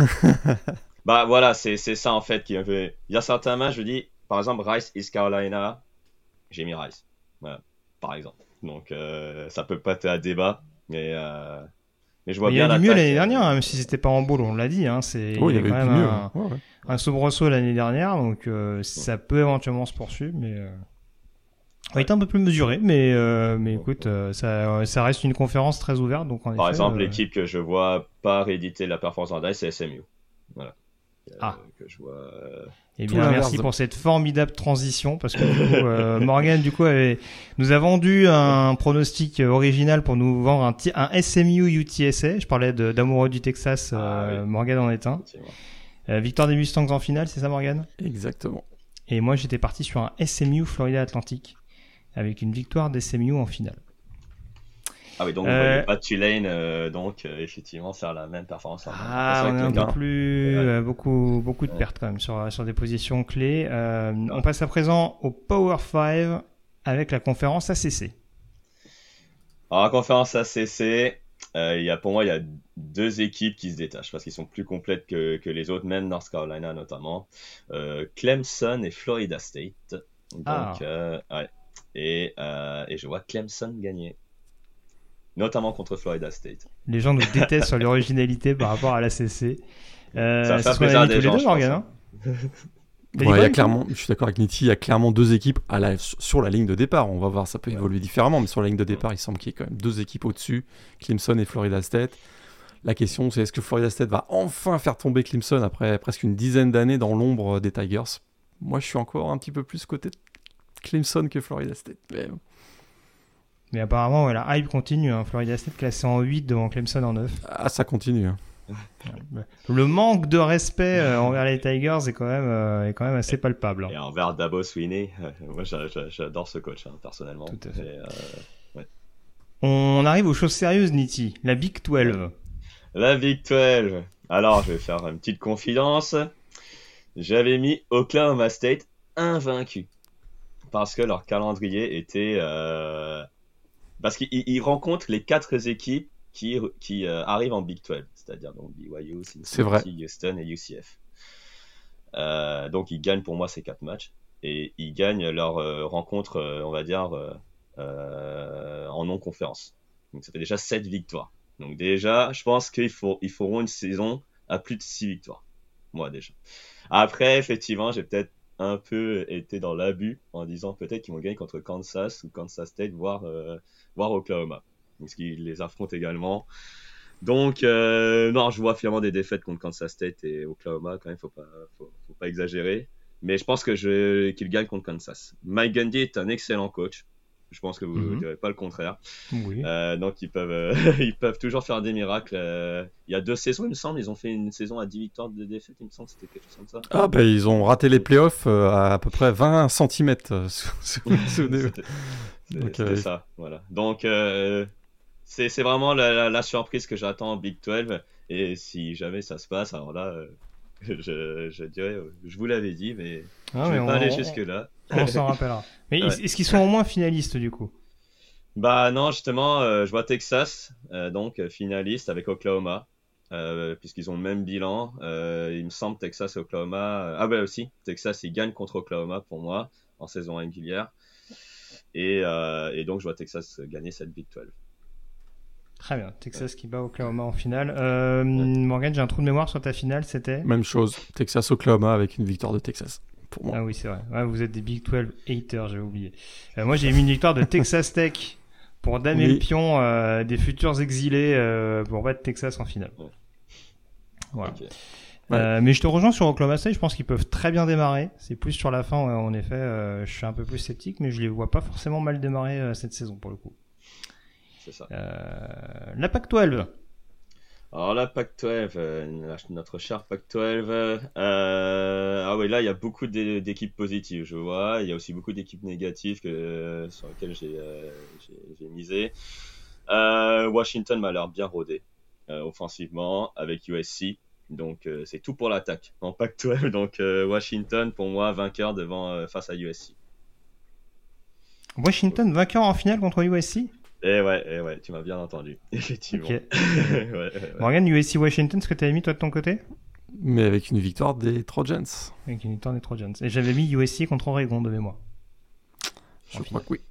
Bah voilà, c'est ça en fait qui me fait. Il y a certains matchs, je dis, par exemple, Rice, East Carolina, j'ai mis Rice. Voilà, par exemple. Donc ça peut pas être à débat, mais je vois Il y bien a du mieux l'attaque, l'année dernière, hein, même si c'était pas en bowl, on l'a dit. Hein, Oh, il y a avait quand eu même mieux. un, Ouais. un soubresaut l'année dernière, donc ça peut éventuellement se poursuivre, mais on a été un peu plus mesuré, mais écoute, ça reste une conférence très ouverte, donc en Par effet, exemple, l'équipe que je vois pas rééditer la performance en Rice, c'est SMU. Voilà. Que je vois. Eh Tout bien, l'inverse merci de- pour cette formidable transition, parce que du coup, Morgan, du coup, nous a vendu un pronostic original pour nous vendre un SMU UTSA. Je parlais d'amoureux du Texas, Oui. Morgan en est un. Effectivement. Victoire des Mustangs en finale, c'est ça, Morgan? Exactement. Et moi, j'étais parti sur un SMU Florida Atlantic, avec une victoire des SMU en finale. Ah oui, donc vous voyez pas Tulane, donc effectivement faire la même performance. Ah, C'est on vrai est un que- peu plus, Ouais. beaucoup de pertes quand même sur des positions clés. On passe à présent au Power 5 avec la conférence ACC. Alors, la conférence ACC, pour moi, il y a deux équipes qui se détachent parce qu'ils sont plus complètes que les autres, même North Carolina notamment. Clemson et Florida State. Donc, Ah. ouais. Et je vois Clemson gagner. notamment contre Florida State. Les gens nous détestent sur l'originalité par rapport à l'ACC. Ça va c'est faire ce qu'on a plaisir à dit des tous les gens, deux, je Morgan. pense. T'as dit Ouais, quoi, je suis d'accord avec Nitti, il y a clairement deux équipes sur la ligne de départ. On va voir, ça peut évoluer différemment, mais sur la ligne de départ, il semble qu'il y ait quand même deux équipes au-dessus, Clemson et Florida State. La question, c'est est-ce que Florida State va enfin faire tomber Clemson après presque une dizaine d'années dans l'ombre des Tigers? Moi, je suis encore un petit peu plus côté Clemson que Florida State. Mais apparemment, ouais, la hype continue. Florida State classé en 8 devant Clemson en 9. Ah, ça continue. Le manque de respect envers les Tigers est quand même assez palpable. Et envers Dabo Swinney, moi j'adore ce coach, personnellement. Tout à fait. Ouais. On arrive aux choses sérieuses, Nitti. La Big 12. La Big 12. Alors, je vais faire une petite confidence. J'avais mis Oklahoma State invaincu. Parce que leur calendrier était... Parce qu'ils rencontrent les 4 équipes qui arrivent en Big 12. C'est-à-dire donc BYU, Cincinnati, Houston et UCF. Donc, ils gagnent pour moi ces 4 matchs. Et ils gagnent leur rencontre, on va dire, en non-conférence. Donc, ça fait déjà 7 victoires. Donc déjà, je pense qu'ils feront une saison à plus de 6 victoires. Moi, déjà. Après, effectivement, j'ai peut-être un peu été dans l'abus en disant peut-être qu'ils vont gagner contre Kansas ou Kansas State, voire Oklahoma. Parce qu'ils les affrontent également. Donc, non, je vois finalement des défaites contre Kansas State et Oklahoma. Quand même, faut pas exagérer. Mais je pense qu'ils gagnent contre Kansas. Mike Gundy est un excellent coach. Je pense que vous ne direz pas le contraire. Oui. Donc, ils peuvent toujours faire des miracles. Il y a 2 saisons, il me semble. Ils ont fait une saison à 10 victoires de défaite. Il me semble que c'était quelque chose comme ça. Ah, ben ils ont raté les playoffs à peu près 20 cm. C'était ça, voilà. Donc, c'est vraiment la surprise que j'attends en Big 12. Et si jamais ça se passe, alors là, je dirais, je vous l'avais dit, mais je ne vais pas aller jusque-là. On s'en rappellera. Mais Ouais. est-ce qu'ils sont au moins finalistes du coup? Bah non, justement, je vois Texas, donc finaliste avec Oklahoma, puisqu'ils ont le même bilan. Il me semble Texas et Oklahoma. Ah bah aussi, Texas ils gagnent contre Oklahoma pour moi en saison régulière. Et donc je vois Texas gagner cette Big 12. Très bien, Texas qui bat Oklahoma en finale. Morgan, j'ai un trou de mémoire sur ta finale, c'était Même chose, Texas-Oklahoma avec une victoire de Texas. Pour moi. Ah oui, c'est vrai. Ouais, vous êtes des Big 12 haters, j'avais oublié. Moi, j'ai mis une victoire de Texas Tech pour damer le pion des futurs exilés pour battre Texas en finale. Ouais. Voilà. Okay. Mais je te rejoins sur Oklahoma State, je pense qu'ils peuvent très bien démarrer. C'est plus sur la fin, en effet, je suis un peu plus sceptique, mais je les vois pas forcément mal démarrer cette saison pour le coup. C'est ça. La Pac-12. Alors la Pac-12, notre cher Pac-12, ah oui, là il y a beaucoup d'équipes positives, je vois. Il y a aussi beaucoup d'équipes négatives sur lesquelles j'ai misé. Washington m'a l'air bien rodé offensivement avec USC. Donc c'est tout pour l'attaque en Pac-12. Donc Washington pour moi vainqueur face à USC. Washington vainqueur en finale contre USC. Eh ouais, tu m'as bien entendu, effectivement. Okay. ouais. Morgan, USC Washington, ce que tu avais mis toi de ton côté? Mais avec une victoire des Trojans. Avec une victoire des Trojans. Et j'avais mis USC contre Oregon de mémoire. Je crois que oui.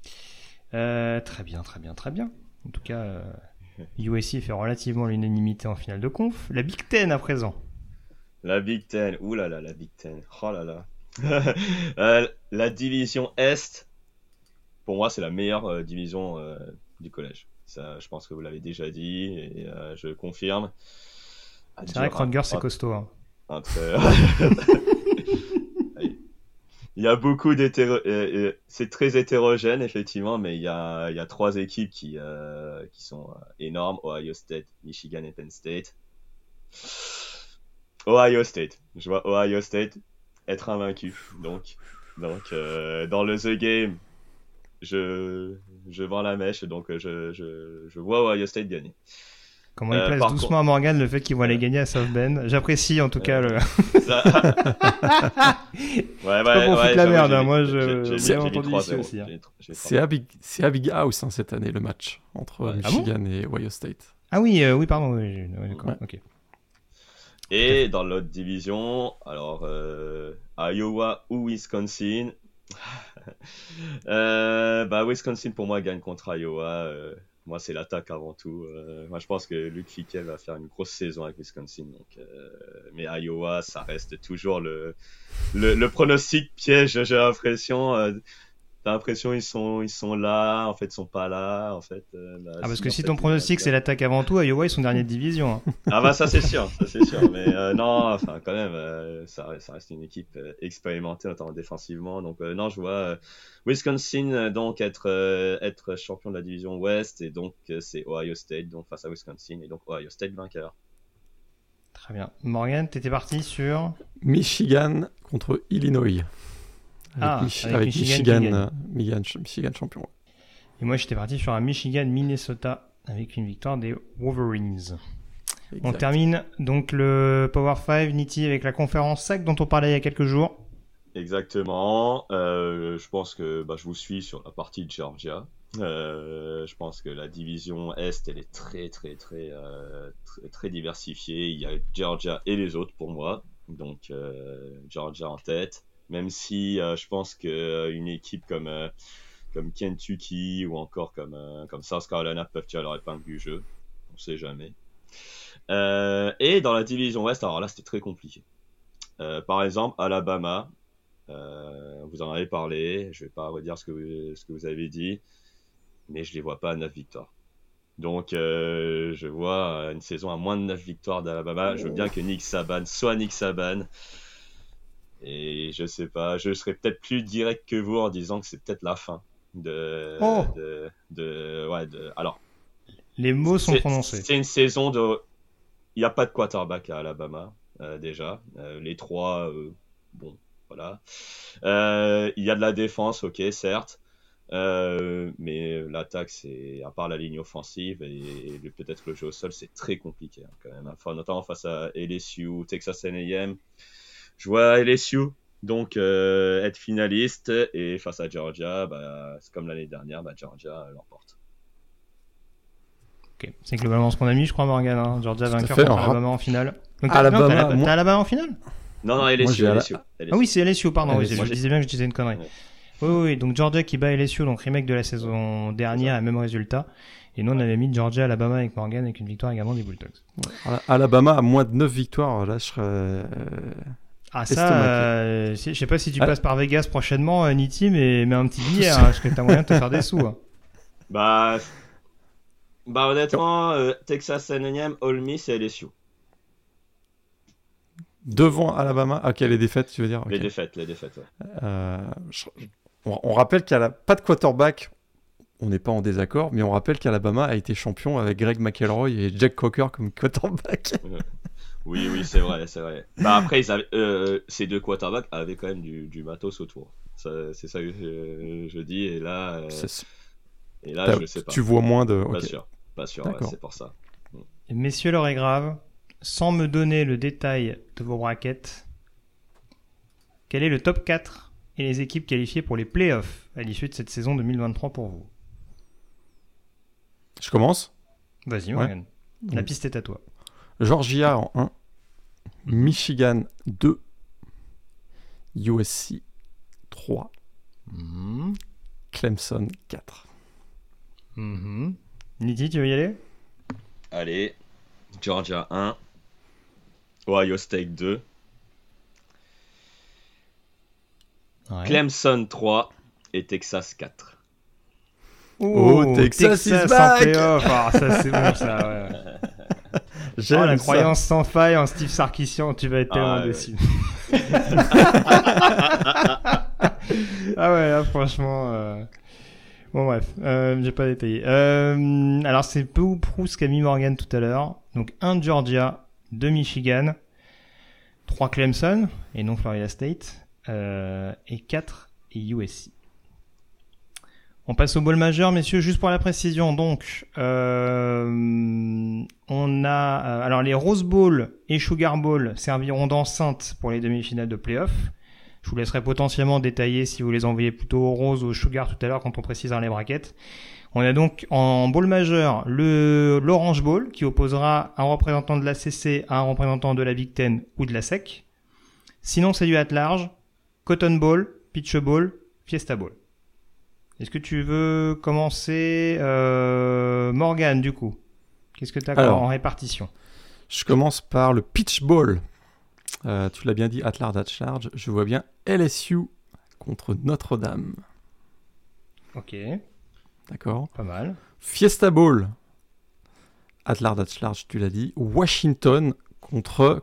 Très bien. En tout cas, USC fait relativement l'unanimité en finale de conf. La Big Ten à présent. La Big Ten, oulala, la Big Ten. Oh là là. La division Est. Pour moi, c'est la meilleure division du collège. Ça, je pense que vous l'avez déjà dit et je confirme. C'est vrai que Rutgers, c'est costaud. Il y a beaucoup c'est très hétérogène, effectivement, mais il y a 3 équipes qui sont énormes. Ohio State, Michigan et Penn State. Ohio State. Je vois Ohio State être invaincu. Donc dans le The Game, je vends la mèche, donc je vois Ohio State gagner. Comment il place doucement à Morgan le fait qu'il va aller gagner à South Bend. J'apprécie en tout cas le... Ça... ouais, pas pour foutre la merde, moi j'ai entendu ici aussi. C'est à Big House cette année le match entre Michigan et Ohio State. Ah oui, pardon, oui, d'accord, ok. Et dans l'autre division, alors Iowa ou Wisconsin. Wisconsin pour moi gagne contre Iowa Moi, c'est l'attaque avant tout. Moi, je pense que Luke Fickell va faire une grosse saison avec Wisconsin. Donc, mais Iowa, ça reste toujours le pronostic piège. J'ai l'impression. T'as l'impression ils sont là, en fait ils sont pas là, en fait. Parce que si ton pronostic c'est l'attaque avant tout, Iowa ils sont derniers de division. Hein. Ah bah ça c'est sûr. Mais non, enfin quand même, ça reste une équipe expérimentée notamment défensivement. Donc non, je vois Wisconsin donc être champion de la division Ouest et donc c'est Ohio State donc face à Wisconsin et donc Ohio State vainqueur. Très bien. Morgan, t'étais parti sur Michigan contre Illinois. Avec Michigan champion. Et moi, j'étais parti sur un Michigan-Minnesota avec une victoire des Wolverines. Exact. On termine donc le Power 5, Nitti, avec la conférence SAC dont on parlait il y a quelques jours. Exactement. Je pense que je vous suis sur la partie de Georgia. Je pense que la division Est, elle est très diversifiée. Il y a Georgia et les autres pour moi. Donc, Georgia en tête. Même si je pense qu'une équipe comme Kentucky ou encore comme South Carolina peuvent tirer leur épingle du jeu. On ne sait jamais. Et dans la division Ouest, alors là, c'était très compliqué. Par exemple, Alabama, vous en avez parlé. Je ne vais pas redire ce que vous avez dit, mais je ne les vois pas à 9 victoires. Donc, je vois une saison à moins de 9 victoires d'Alabama. Je veux bien que Nick Saban soit Nick Saban. Et je sais pas, je serais peut-être plus direct que vous en disant que c'est peut-être la fin alors. Les mots sont prononcés. C'est une saison il n'y a pas de quarterback à Alabama, déjà. Les trois, bon, voilà. Il y a de la défense, ok, certes. Mais l'attaque, c'est, à part la ligne offensive et peut-être le jeu au sol, c'est très compliqué, hein, quand même. Enfin, notamment face à LSU, Texas A&M. Je vois LSU donc être finaliste et face à Georgia, c'est comme l'année dernière, Georgia l'emporte. Ok, c'est globalement ce qu'on a mis, je crois, Morgan. Hein. Georgia vainqueur contre Alabama en finale. Donc, t'as Alabama en finale ? Non, LSU. Ah oui, c'est LSU, pardon. LSU. Je disais bien que je disais une connerie. Ouais. Oui, donc Georgia qui bat LSU, donc remake de la saison dernière, et même résultat. Et nous, on avait mis Georgia Alabama avec Morgan avec une victoire également des Bulldogs. Ouais. Alabama a moins de 9 victoires, là, je serais... je sais pas si tu passes par Vegas prochainement, Nitti, mais mets un petit billet, hein, parce que t'as moyen de te faire des sous. Hein. Honnêtement, Texas A&M, Ole Miss et LSU. Devant Alabama, les défaites, tu veux dire? Okay. Les défaites, ouais. On rappelle qu'il n'y a pas de quarterback, on n'est pas en désaccord, mais on rappelle qu'Alabama a été champion avec Greg McElroy et Jack Cocker comme quarterback. Oui, c'est vrai. Après, ces deux quarterbacks avaient quand même du matos autour. C'est ça que je dis, et là, je sais pas. Tu vois moins de... Pas sûr, ouais, c'est pour ça. Messieurs, l'heure est grave. Sans me donner le détail de vos brackets, quel est le top 4 et les équipes qualifiées pour les playoffs à l'issue de cette saison 2023 pour vous? Je commence? Vas-y, Morgan. Ouais. La piste est à toi. Georgia en 1, Michigan 2, USC 3, Clemson 4. Nitti, tu veux y aller? Allez, Georgia 1, Ohio State 2, Clemson 3 et Texas 4. Texas is back en playoff. Ça c'est bon ça, ouais. La croyance sans faille en Steve Sarkisian, tu vas être tellement déçu. Là, franchement... Bon bref, j'ai pas détaillé. Alors c'est peu ou prou ce qu'a mis Morgan tout à l'heure. Donc 1 Georgia, 2 Michigan, 3 Clemson et non Florida State, et 4 et USC. On passe au bowl majeur, messieurs, juste pour la précision. Donc, on a alors les Rose Bowl et Sugar Bowl serviront d'enceinte pour les demi-finales de playoff. Je vous laisserai potentiellement détailler si vous les envoyez plutôt au Rose ou au Sugar tout à l'heure quand on précisera les brackets. On a donc en bowl majeur l'Orange Bowl qui opposera un représentant de la CC à un représentant de la Big Ten ou de la SEC. Sinon, c'est du at large, Cotton Bowl, Peach Bowl, Fiesta Bowl. Est-ce que tu veux commencer, Morgan, du coup? Qu'est-ce que tu as en répartition? Je commence par le pitch ball. Tu l'as bien dit, at large. Je vois bien LSU contre Notre-Dame. Ok. D'accord. Pas mal. Fiesta Bowl. At large, tu l'as dit. Washington contre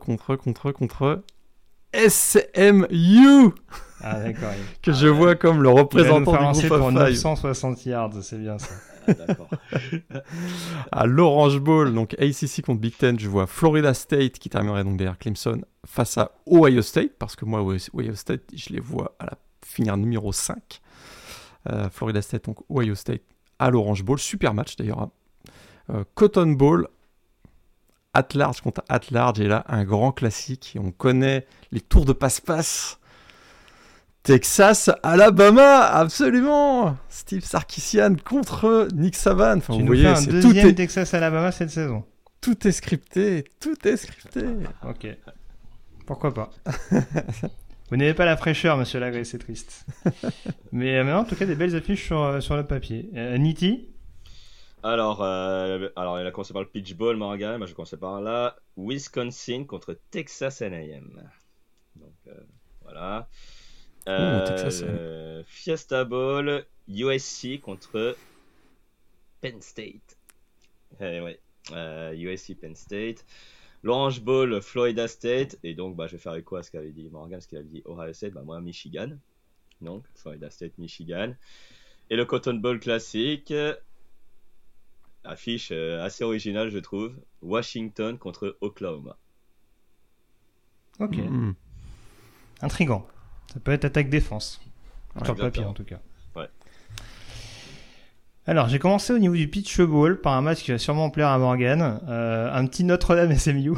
SMU. Ah d'accord. Que je vois comme le représentant du lancer groupe pour of five. 960 yards, c'est bien ça. D'accord. À l'Orange Bowl, donc ACC contre Big Ten, je vois Florida State qui terminerait donc derrière Clemson face à Ohio State, parce que moi, Ohio State, je les vois finir numéro 5. Florida State, donc Ohio State à l'Orange Bowl. Super match d'ailleurs. Cotton Bowl, at large contre at large, et là, un grand classique. Et on connaît les tours de passe-passe. Texas, Alabama, absolument. Steve Sarkisian contre Nick Saban. Enfin, Tu vous nous voyez, fais un deuxième Texas Alabama cette saison. Tout est scripté. Ok. Pourquoi pas. Vous n'avez pas la fraîcheur, monsieur Lagré, c'est triste. Mais maintenant, en tout cas, des belles affiches sur le papier. Nitti? Alors, il a commencé par le pitch ball, Morgan. Moi, je vais commencer par là. Wisconsin contre Texas A&M. Donc, voilà. Texas. Fiesta Bowl, USC contre Penn State. Ouais. USC Penn State. L'Orange Bowl, Florida State. Et donc, je vais faire écho à ce qu'avait dit Morgan, ce qu'il avait dit Ohio State. Moi, Michigan. Donc, Florida State, Michigan. Et le Cotton Bowl classique. Affiche assez originale, je trouve. Washington contre Oklahoma. Ok. Intriguant. Ça peut être attaque-défense. Sur le papier, en tout cas. Ouais. Alors, j'ai commencé au niveau du pitch ball par un match qui va sûrement plaire à Morgan. Un petit Notre-Dame SMU.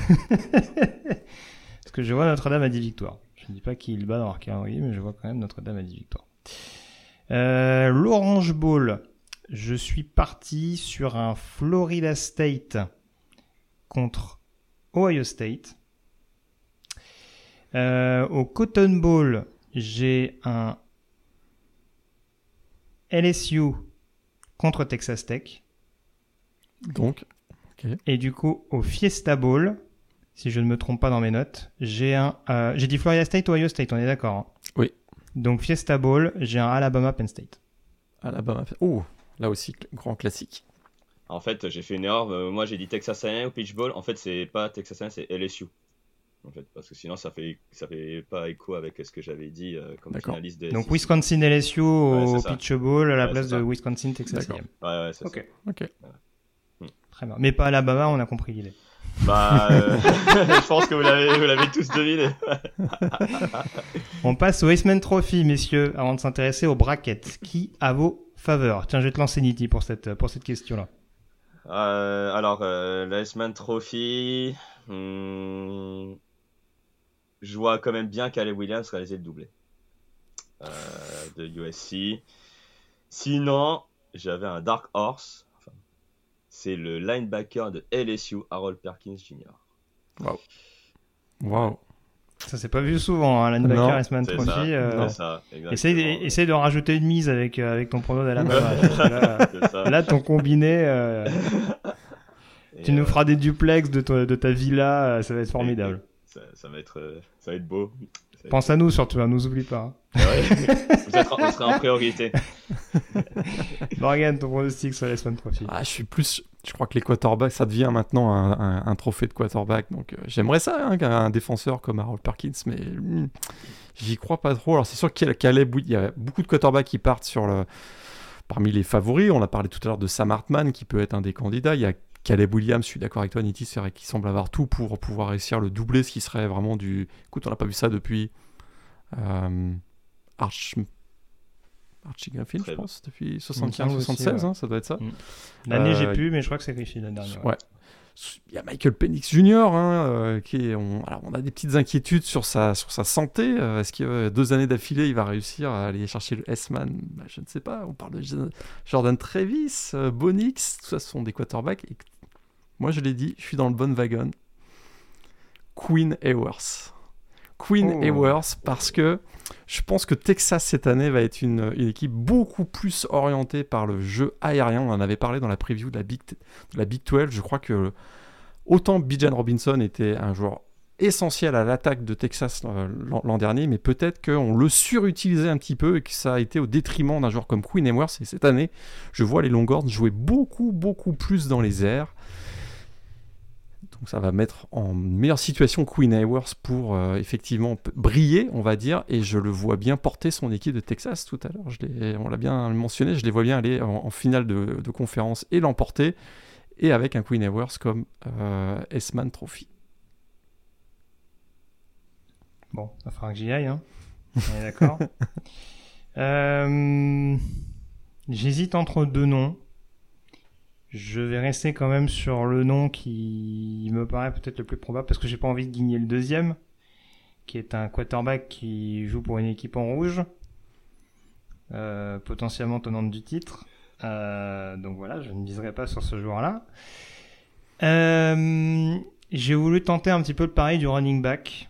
Parce que je vois Notre-Dame à 10 victoires. Je ne dis pas qu'il bat dans leur calendrier, mais je vois quand même Notre-Dame à 10 victoires. L'Orange Bowl. Je suis parti sur un Florida State contre Ohio State. Au Cotton Bowl, j'ai un LSU contre Texas Tech. Donc, ok. Et du coup, au Fiesta Bowl, si je ne me trompe pas dans mes notes, j'ai dit Florida State ou Ohio State, on est d'accord, hein? Oui. Donc Fiesta Bowl, j'ai un Alabama Penn State. Alabama. Oh, là aussi, grand classique. En fait, j'ai fait une erreur. Moi, j'ai dit Texas A&M au pitch ball. En fait, c'est pas Texas A&M, c'est LSU. En fait, parce que sinon, ça fait pas écho avec ce que j'avais dit comme finaliste de Donc SEC. Wisconsin LSU au ça. pitch bowl à la place c'est de ça. Wisconsin Texas A&M. Ouais, c'est Ok. ça. Ok. Très bien. Mais pas Alabama, on a compris l'idée. Je pense que vous l'avez tous deviné. On passe au Heisman Trophy, messieurs, avant de s'intéresser au bracket. Qui a vos faveurs? Tiens, je vais te lancer Nitti pour cette question-là. La Heisman Trophy, je vois quand même bien Caleb Williams réaliser le doublé de USC. Sinon, j'avais un Dark Horse. C'est le linebacker de LSU, Harold Perkins Jr. Wow. Ça s'est pas vu souvent, hein, linebacker Heisman c'est Trophy. C'est ça, exactement. Essaye de rajouter une mise avec ton prono d'Alabama. Là, ton combiné, tu nous feras des duplex de ta villa, ça va être formidable. Ça va être beau. Pense à nous surtout, hein, nous oublie pas. Hein. Ouais. On sera en priorité. Morgan, ton pronostic sur l'Heisman Trophy? Je crois que les quarterbacks, ça devient maintenant un trophée de quarterback. Donc j'aimerais ça, un défenseur comme Harold Perkins, mais j'y crois pas trop. Alors c'est sûr qu'il y a beaucoup de quarterbacks qui partent parmi les favoris. On a parlé tout à l'heure de Sam Hartman qui peut être un des candidats. Il y a Caleb Williams, je suis d'accord avec toi, Nitti, c'est vrai qu'il semble avoir tout pour pouvoir réussir le doublé, ce qui serait vraiment du... Écoute, on n'a pas vu ça depuis Archie Griffin, je pense, depuis 75-76, hein, ça doit être ça. L'année, j'ai pu, mais je crois que c'est Griffin l'année dernière. Ouais. Il y a Michael Penix Jr., alors on a des petites inquiétudes sur sa santé. Est-ce que 2 années d'affilée, il va réussir à aller chercher le Heisman? Je ne sais pas. On parle de Jordan Travis, Bo Nix, tout ça, ce sont des quarterbacks. Et moi, je l'ai dit, je suis dans le bon wagon. Quinn Ewers Queen Ewers, parce que je pense que Texas cette année va être une équipe beaucoup plus orientée par le jeu aérien. On en avait parlé dans la preview de la Big 12. Je crois que autant Bijan Robinson était un joueur essentiel à l'attaque de Texas l'an dernier, mais peut-être qu'on le surutilisait un petit peu et que ça a été au détriment d'un joueur comme Queen Ewers. Et cette année, je vois les Longhorns jouer beaucoup plus dans les airs. Donc ça va mettre en meilleure situation Queen Ewers pour effectivement briller, on va dire, et je le vois bien porter son équipe de Texas tout à l'heure. On l'a bien mentionné, je les vois bien aller en finale de conférence et l'emporter, et avec un Queen Ewers comme Heisman Trophy. Bon, il va falloir que j'y aille, hein. On est d'accord. J'hésite entre deux noms. Je vais rester quand même sur le nom qui me paraît peut-être le plus probable, parce que j'ai pas envie de guigner le deuxième, qui est un quarterback qui joue pour une équipe en rouge, potentiellement tenante du titre. Donc voilà, je ne miserai pas sur ce joueur-là. J'ai voulu tenter un petit peu le pari du running back.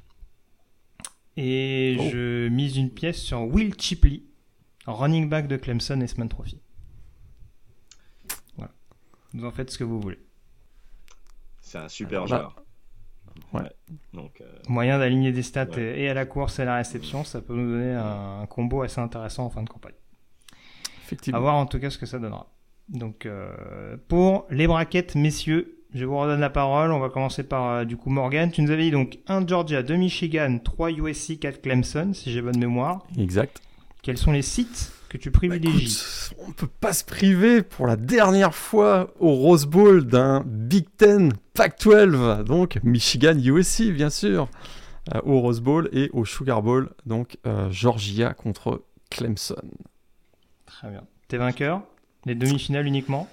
Et je mise une pièce sur Will Shipley, running back de Clemson Heisman Trophy. Voilà. Vous en faites ce que vous voulez. C'est un super joueur. Ouais. Donc, moyen d'aligner des stats et à la course et à la réception, ça peut nous donner un combo assez intéressant en fin de campagne. Effectivement. À voir en tout cas ce que ça donnera. Donc, pour les brackets, messieurs, je vous redonne la parole. On va commencer par du coup Morgan. Tu nous avais dit donc 1 Georgia, 2 Michigan, 3 USC, 4 Clemson, si j'ai bonne mémoire. Exact. Quels sont les sites que tu privilégies? On ne peut pas se priver pour la dernière fois au Rose Bowl d'un Big Ten Pac-12, donc Michigan USC bien sûr, au Rose Bowl, et au Sugar Bowl, donc Georgia contre Clemson. Très bien. Tes vainqueurs? Les demi-finales uniquement?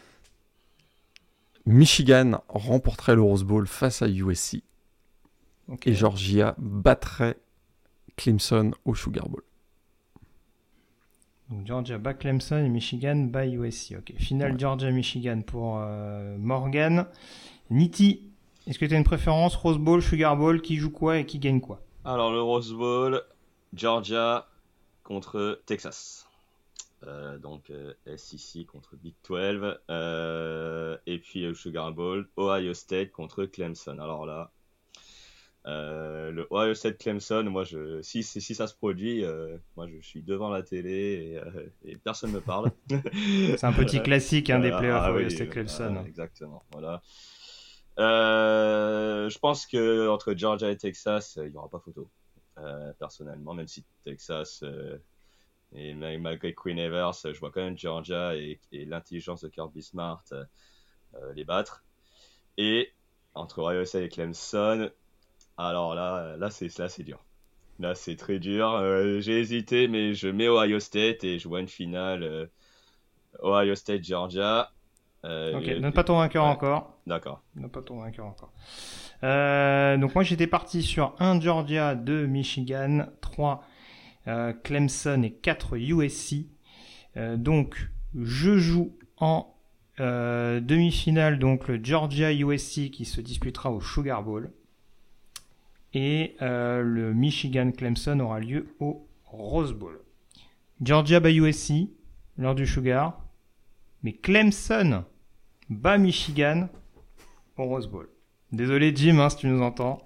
Michigan remporterait le Rose Bowl face à USC. Okay. Et Georgia battrait Clemson au Sugar Bowl. Donc Georgia bat Clemson et Michigan bat USC. Ok. Finale Georgia-Michigan pour Morgan. Nitti, est-ce que tu as une préférence? Rose Bowl, Sugar Bowl, qui joue quoi et qui gagne quoi? Alors le Rose Bowl, Georgia contre Texas. Donc SEC contre Big 12 et puis le Sugar Bowl, Ohio State contre Clemson. Alors là, le Ohio State Clemson, moi si ça se produit, moi je suis devant la télé et personne me parle. C'est un petit classique des playoffs Ohio State Clemson. Exactement, voilà. Je pense que entre Georgia et Texas, il n'y aura pas photo. Personnellement, même si Texas et malgré Queen Ewers, je vois quand même Georgia et l'intelligence de Kirby Smart les battre. Et entre Ohio State et Clemson, alors là c'est dur. Là c'est très dur. J'ai hésité, mais je mets Ohio State et je vois une finale Ohio State-Georgia. Ok, donne pas ton vainqueur encore. D'accord. Donne pas ton vainqueur encore. Donc moi j'étais parti sur 1 Georgia, 2 Michigan, 3 Clemson et 4 USC. Donc je joue en demi-finale donc le Georgia USC qui se disputera au Sugar Bowl, et le Michigan Clemson aura lieu au Rose Bowl. Georgia bat USC lors du Sugar, mais Clemson bat Michigan au Rose Bowl. Désolé Jim, si tu nous entends.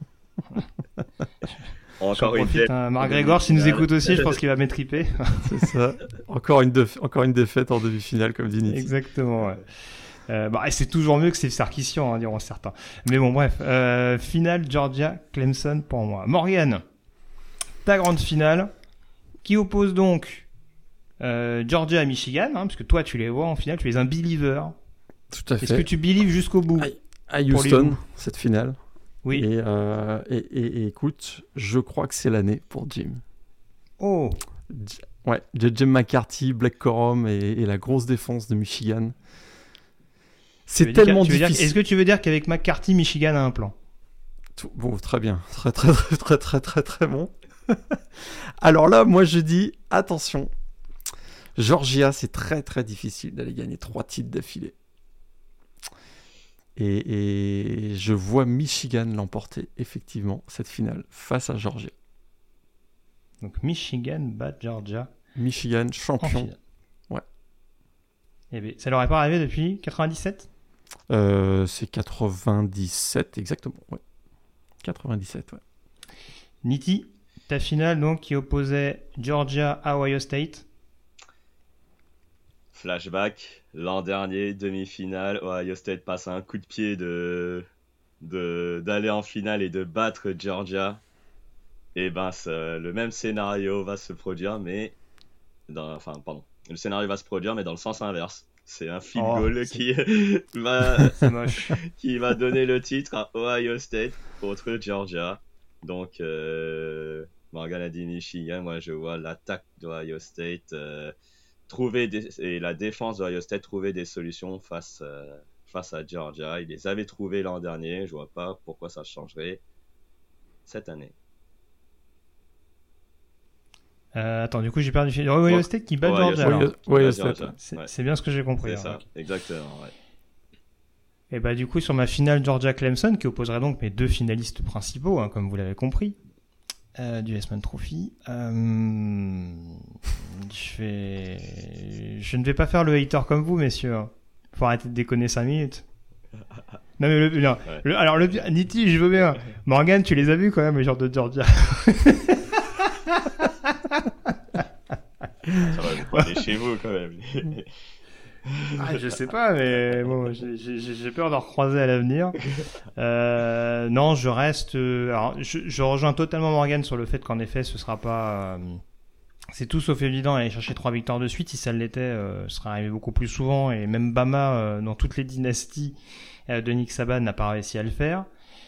Encore une défaite. Marc Grégoire, s'il nous écoute aussi, je pense qu'il va m'étriper. C'est ça. Encore une défaite en demi-finale, comme dit Nitti. Exactement, ouais. C'est toujours mieux que Steve Sarkisian, diront certains. Mais bon, bref. Finale Georgia-Clemson pour moi. Morgan, ta grande finale, qui oppose donc Georgia à Michigan, parce que toi, tu les vois en finale, tu es un believer. Tout à fait. Est-ce que tu believes jusqu'au bout? À Houston, cette finale. Oui. Et écoute, je crois que c'est l'année pour Jim. Oh. Ouais, Jim McCarthy, Black Corum et la grosse défense de Michigan. C'est tellement difficile. Est-ce que tu veux dire qu'avec McCarthy, Michigan a un plan? Bon, très bien. Très bon. Alors là, moi je dis, attention. Georgia, c'est très difficile d'aller gagner 3 titres d'affilée. Et je vois Michigan l'emporter, effectivement, cette finale, face à Georgia. Donc Michigan bat Georgia. Michigan, champion. Ouais. Eh bien, ça leur est pas arrivé depuis 97 ? C'est 97, exactement. Ouais. 97, ouais. Nitti, ta finale donc qui opposait Georgia à Ohio State. Flashback, l'an dernier, demi-finale, Ohio State passe un coup de pied d'aller en finale et de battre Georgia. Et ben le même scénario va se produire, mais le scénario va se produire, mais dans le sens inverse. C'est un field goal qui va donner le titre à Ohio State contre Georgia. Donc Morgan a dit Michigan, moi je vois l'attaque d'Ohio State et la défense d'Ohio State trouver des solutions face à Georgia. Ils les avaient trouvées l'an dernier, je vois pas pourquoi ça changerait cette année. Attends, du coup j'ai perdu. Ohio State qui bat Georgia. Ohio State. C'est bien ce que j'ai compris. C'est ça, exactement. Ouais. Et bah du coup sur ma finale Georgia-Clemson qui opposerait donc mes deux finalistes principaux, comme vous l'avez compris, du Heisman Trophy. Je ne vais pas faire le hater comme vous, messieurs. Faut arrêter de déconner 5 minutes. Non mais Nitti, je veux bien. Morgan, tu les as vus quand même les joueurs de Georgia. Ça va vous aller chez vous quand même. Je sais pas, mais bon, j'ai peur d'en recroiser à l'avenir. Non, je reste. Alors, je rejoins totalement Morgan sur le fait qu'en effet, ce sera pas. C'est tout sauf évident d'aller chercher 3 victoires de suite. Si ça l'était, ce serait arrivé beaucoup plus souvent. Et même Bama, dans toutes les dynasties de Nick Saban, n'a pas réussi à le faire.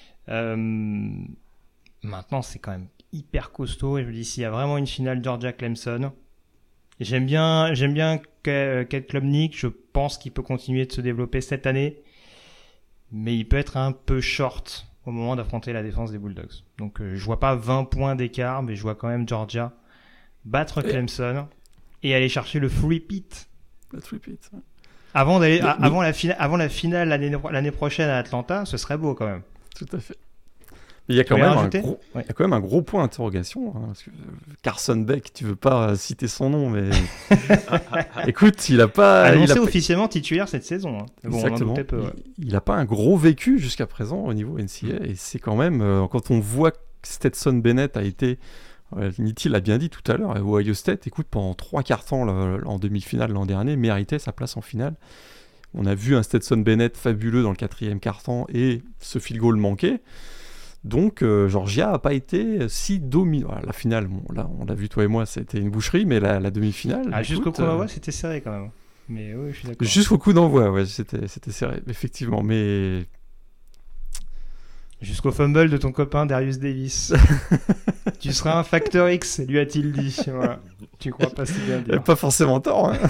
Maintenant, c'est quand même hyper costaud. Et je me dis, s'il y a vraiment une finale Georgia-Clemson. J'aime bien Cade Klubnik, je pense qu'il peut continuer de se développer cette année, mais il peut être un peu short au moment d'affronter la défense des Bulldogs. Donc je vois pas 20 points d'écart, mais je vois quand même Georgia battre Clemson et aller chercher le three-peat. Le three-peat, ouais. Avant la finale l'année prochaine à Atlanta, ce serait beau quand même. Tout à fait. Il y a quand même un gros point d'interrogation, parce que Carson Beck, tu veux pas citer son nom, mais écoute, il a pas annoncé officiellement titulaire cette saison. Bon, exactement. Il a pas un gros vécu jusqu'à présent au niveau NCAA, et c'est quand même quand on voit que Stetson Bennett a été, Nitti l'a bien dit tout à l'heure, Ohio State, écoute, pendant 3 quarts temps en demi-finale l'an dernier, méritait sa place en finale. On a vu un Stetson Bennett fabuleux dans le 4e quart-temps et ce field goal manqué. Donc Georgia n'a pas été si dominant. La finale, bon, là, on l'a vu toi et moi, c'était une boucherie, mais la demi-finale... jusqu'au coup d'envoi, c'était serré quand même. Mais oui, je suis d'accord. Jusqu'au coup d'envoi, ouais, c'était serré, effectivement, mais... Jusqu'au fumble de ton copain Darius Davis. Tu seras un facteur X, lui a-t-il dit. Voilà. Tu crois pas si bien dire. Pas forcément tort. Hein.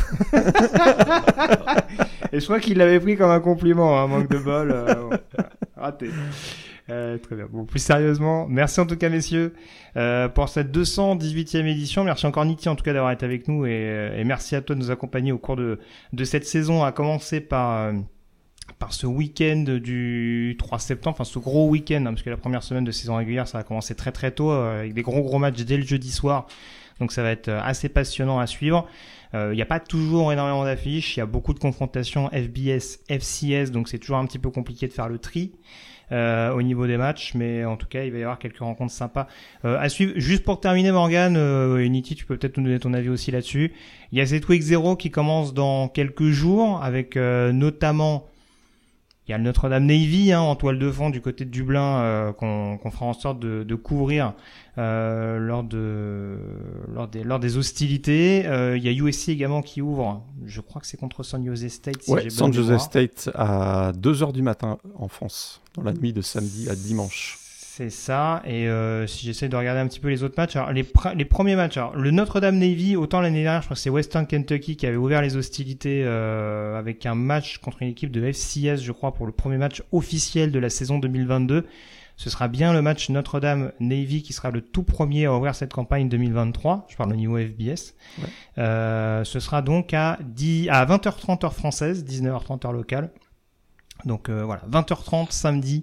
Et je crois qu'il l'avait pris comme un compliment, manque de bol. Raté. Très bien. Bon, plus sérieusement, merci en tout cas messieurs pour cette 218e édition. Merci encore Nitti en tout cas d'avoir été avec nous et merci à toi de nous accompagner au cours de cette saison, à commencer par ce week-end du 3 septembre, enfin ce gros week-end, parce que la première semaine de saison régulière ça va commencer très très tôt avec des gros matchs dès le jeudi soir. Donc ça va être assez passionnant à suivre. Il n'y a pas toujours énormément d'affiches, il y a beaucoup de confrontations FBS, FCS, donc c'est toujours un petit peu compliqué de faire le tri au niveau des matchs, mais en tout cas il va y avoir quelques rencontres sympas à suivre. Juste pour terminer Morgan, et Nitti, tu peux peut-être nous donner ton avis aussi là-dessus. Il y a cette Week 0 qui commence dans quelques jours avec notamment il y a le Notre-Dame Navy en toile de fond du côté de Dublin qu'on fera en sorte de couvrir lors des hostilités. Il y a USC également qui ouvre. Je crois que c'est contre San Jose State. Si j'ai San Jose State à 2h du matin en France, dans la nuit de samedi à dimanche. C'est ça. Et si j'essaie de regarder un petit peu les autres matchs, alors les premiers matchs, alors, le Notre-Dame Navy, autant l'année dernière, je crois que c'est Western Kentucky qui avait ouvert les hostilités avec un match contre une équipe de FCS, je crois, pour le premier match officiel de la saison 2022. Ce sera bien le match Notre-Dame Navy qui sera le tout premier à ouvrir cette campagne 2023. Je parle au niveau FBS. Ouais. Ce sera donc à 20h30 heure française, 19h30 heure locale. Donc voilà, 20h30 samedi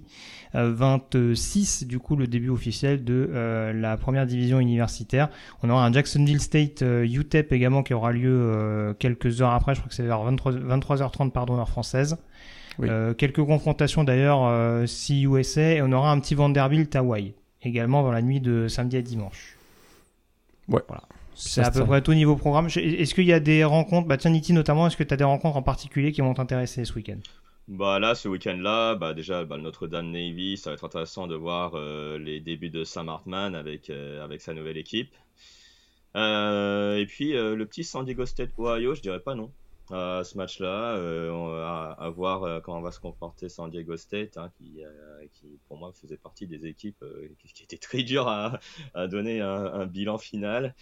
26 du coup le début officiel de la première division universitaire. On aura un Jacksonville State UTEP également qui aura lieu quelques heures après, je crois que c'est vers 23h30 heure française. Oui. Quelques confrontations d'ailleurs CUSA, et on aura un petit Vanderbilt Hawaii également dans la nuit de samedi à dimanche. Ouais. Voilà. C'est à peu près tout niveau programme. Est-ce qu'il y a des rencontres, tiens Niti notamment, est-ce que tu as des rencontres en particulier qui vont t'intéresser ce week-end? Là, ce week-end-là, déjà, le Notre-Dame Navy, ça va être intéressant de voir les débuts de Sam Hartman avec sa nouvelle équipe. Et puis, le petit San Diego State Ohio, je dirais pas non. Ce match-là, à voir comment va se comporter San Diego State, qui pour moi faisait partie des équipes qui étaient très dures à donner un bilan final.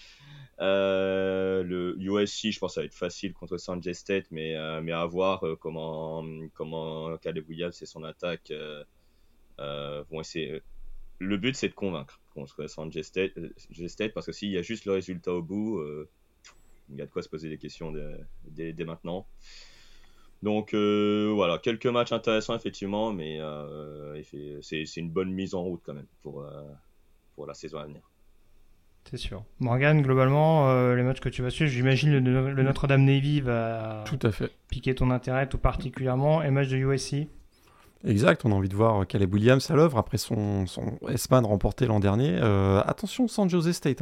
Le USC, je pense que ça va être facile contre San Jose State, mais à voir comment Caleb Williams et son attaque vont essayer. Le but, c'est de convaincre contre San Jose State, parce que s'il y a juste le résultat au bout, il y a de quoi se poser des questions dès maintenant. Donc voilà, quelques matchs intéressants effectivement, mais c'est une bonne mise en route quand même pour la saison à venir. C'est sûr. Morgan, globalement, les matchs que tu vas suivre, j'imagine le Notre-Dame Navy va tout à fait piquer ton intérêt tout particulièrement, et match de USC. Exact, on a envie de voir Caleb Williams à l'œuvre après son S-Man remporté l'an dernier. Attention, San Jose State,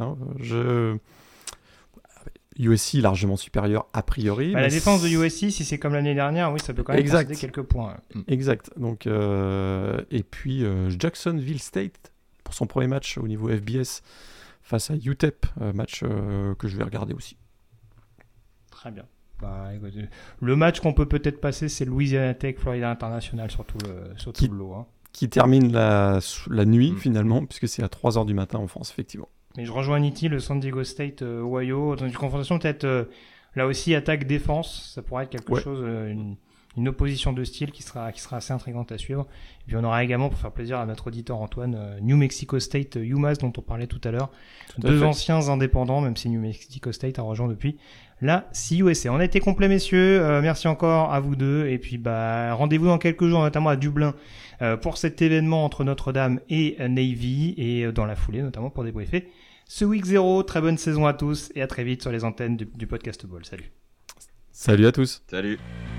USC largement supérieur a priori. La défense de USC, si c'est comme l'année dernière, oui, ça peut quand même concéder quelques points. Exact. Donc, et puis Jacksonville State pour son premier match au niveau FBS face à UTEP, match que je vais regarder aussi. Très bien. Le match qu'on peut peut-être passer, c'est Louisiana Tech, Florida International sur tout le lot. Qui termine la nuit finalement, puisque c'est à 3h du matin en France, effectivement. Mais je rejoins Niti, le San Diego State Ohio, dans une confrontation peut-être là aussi attaque-défense, ça pourrait être quelque chose, une opposition de style qui sera assez intrigante à suivre. Et puis on aura également, pour faire plaisir à notre auditeur Antoine, New Mexico State UMass dont on parlait tout à l'heure. Deux anciens indépendants, même si New Mexico State a rejoint depuis la CUSA. On a été complet messieurs, merci encore à vous deux, et puis rendez-vous dans quelques jours notamment à Dublin pour cet événement entre Notre-Dame et Navy, et dans la foulée notamment pour débriefer ce Week 0. Très bonne saison à tous et à très vite sur les antennes du Podcast Ball. Salut. Salut à tous. Salut.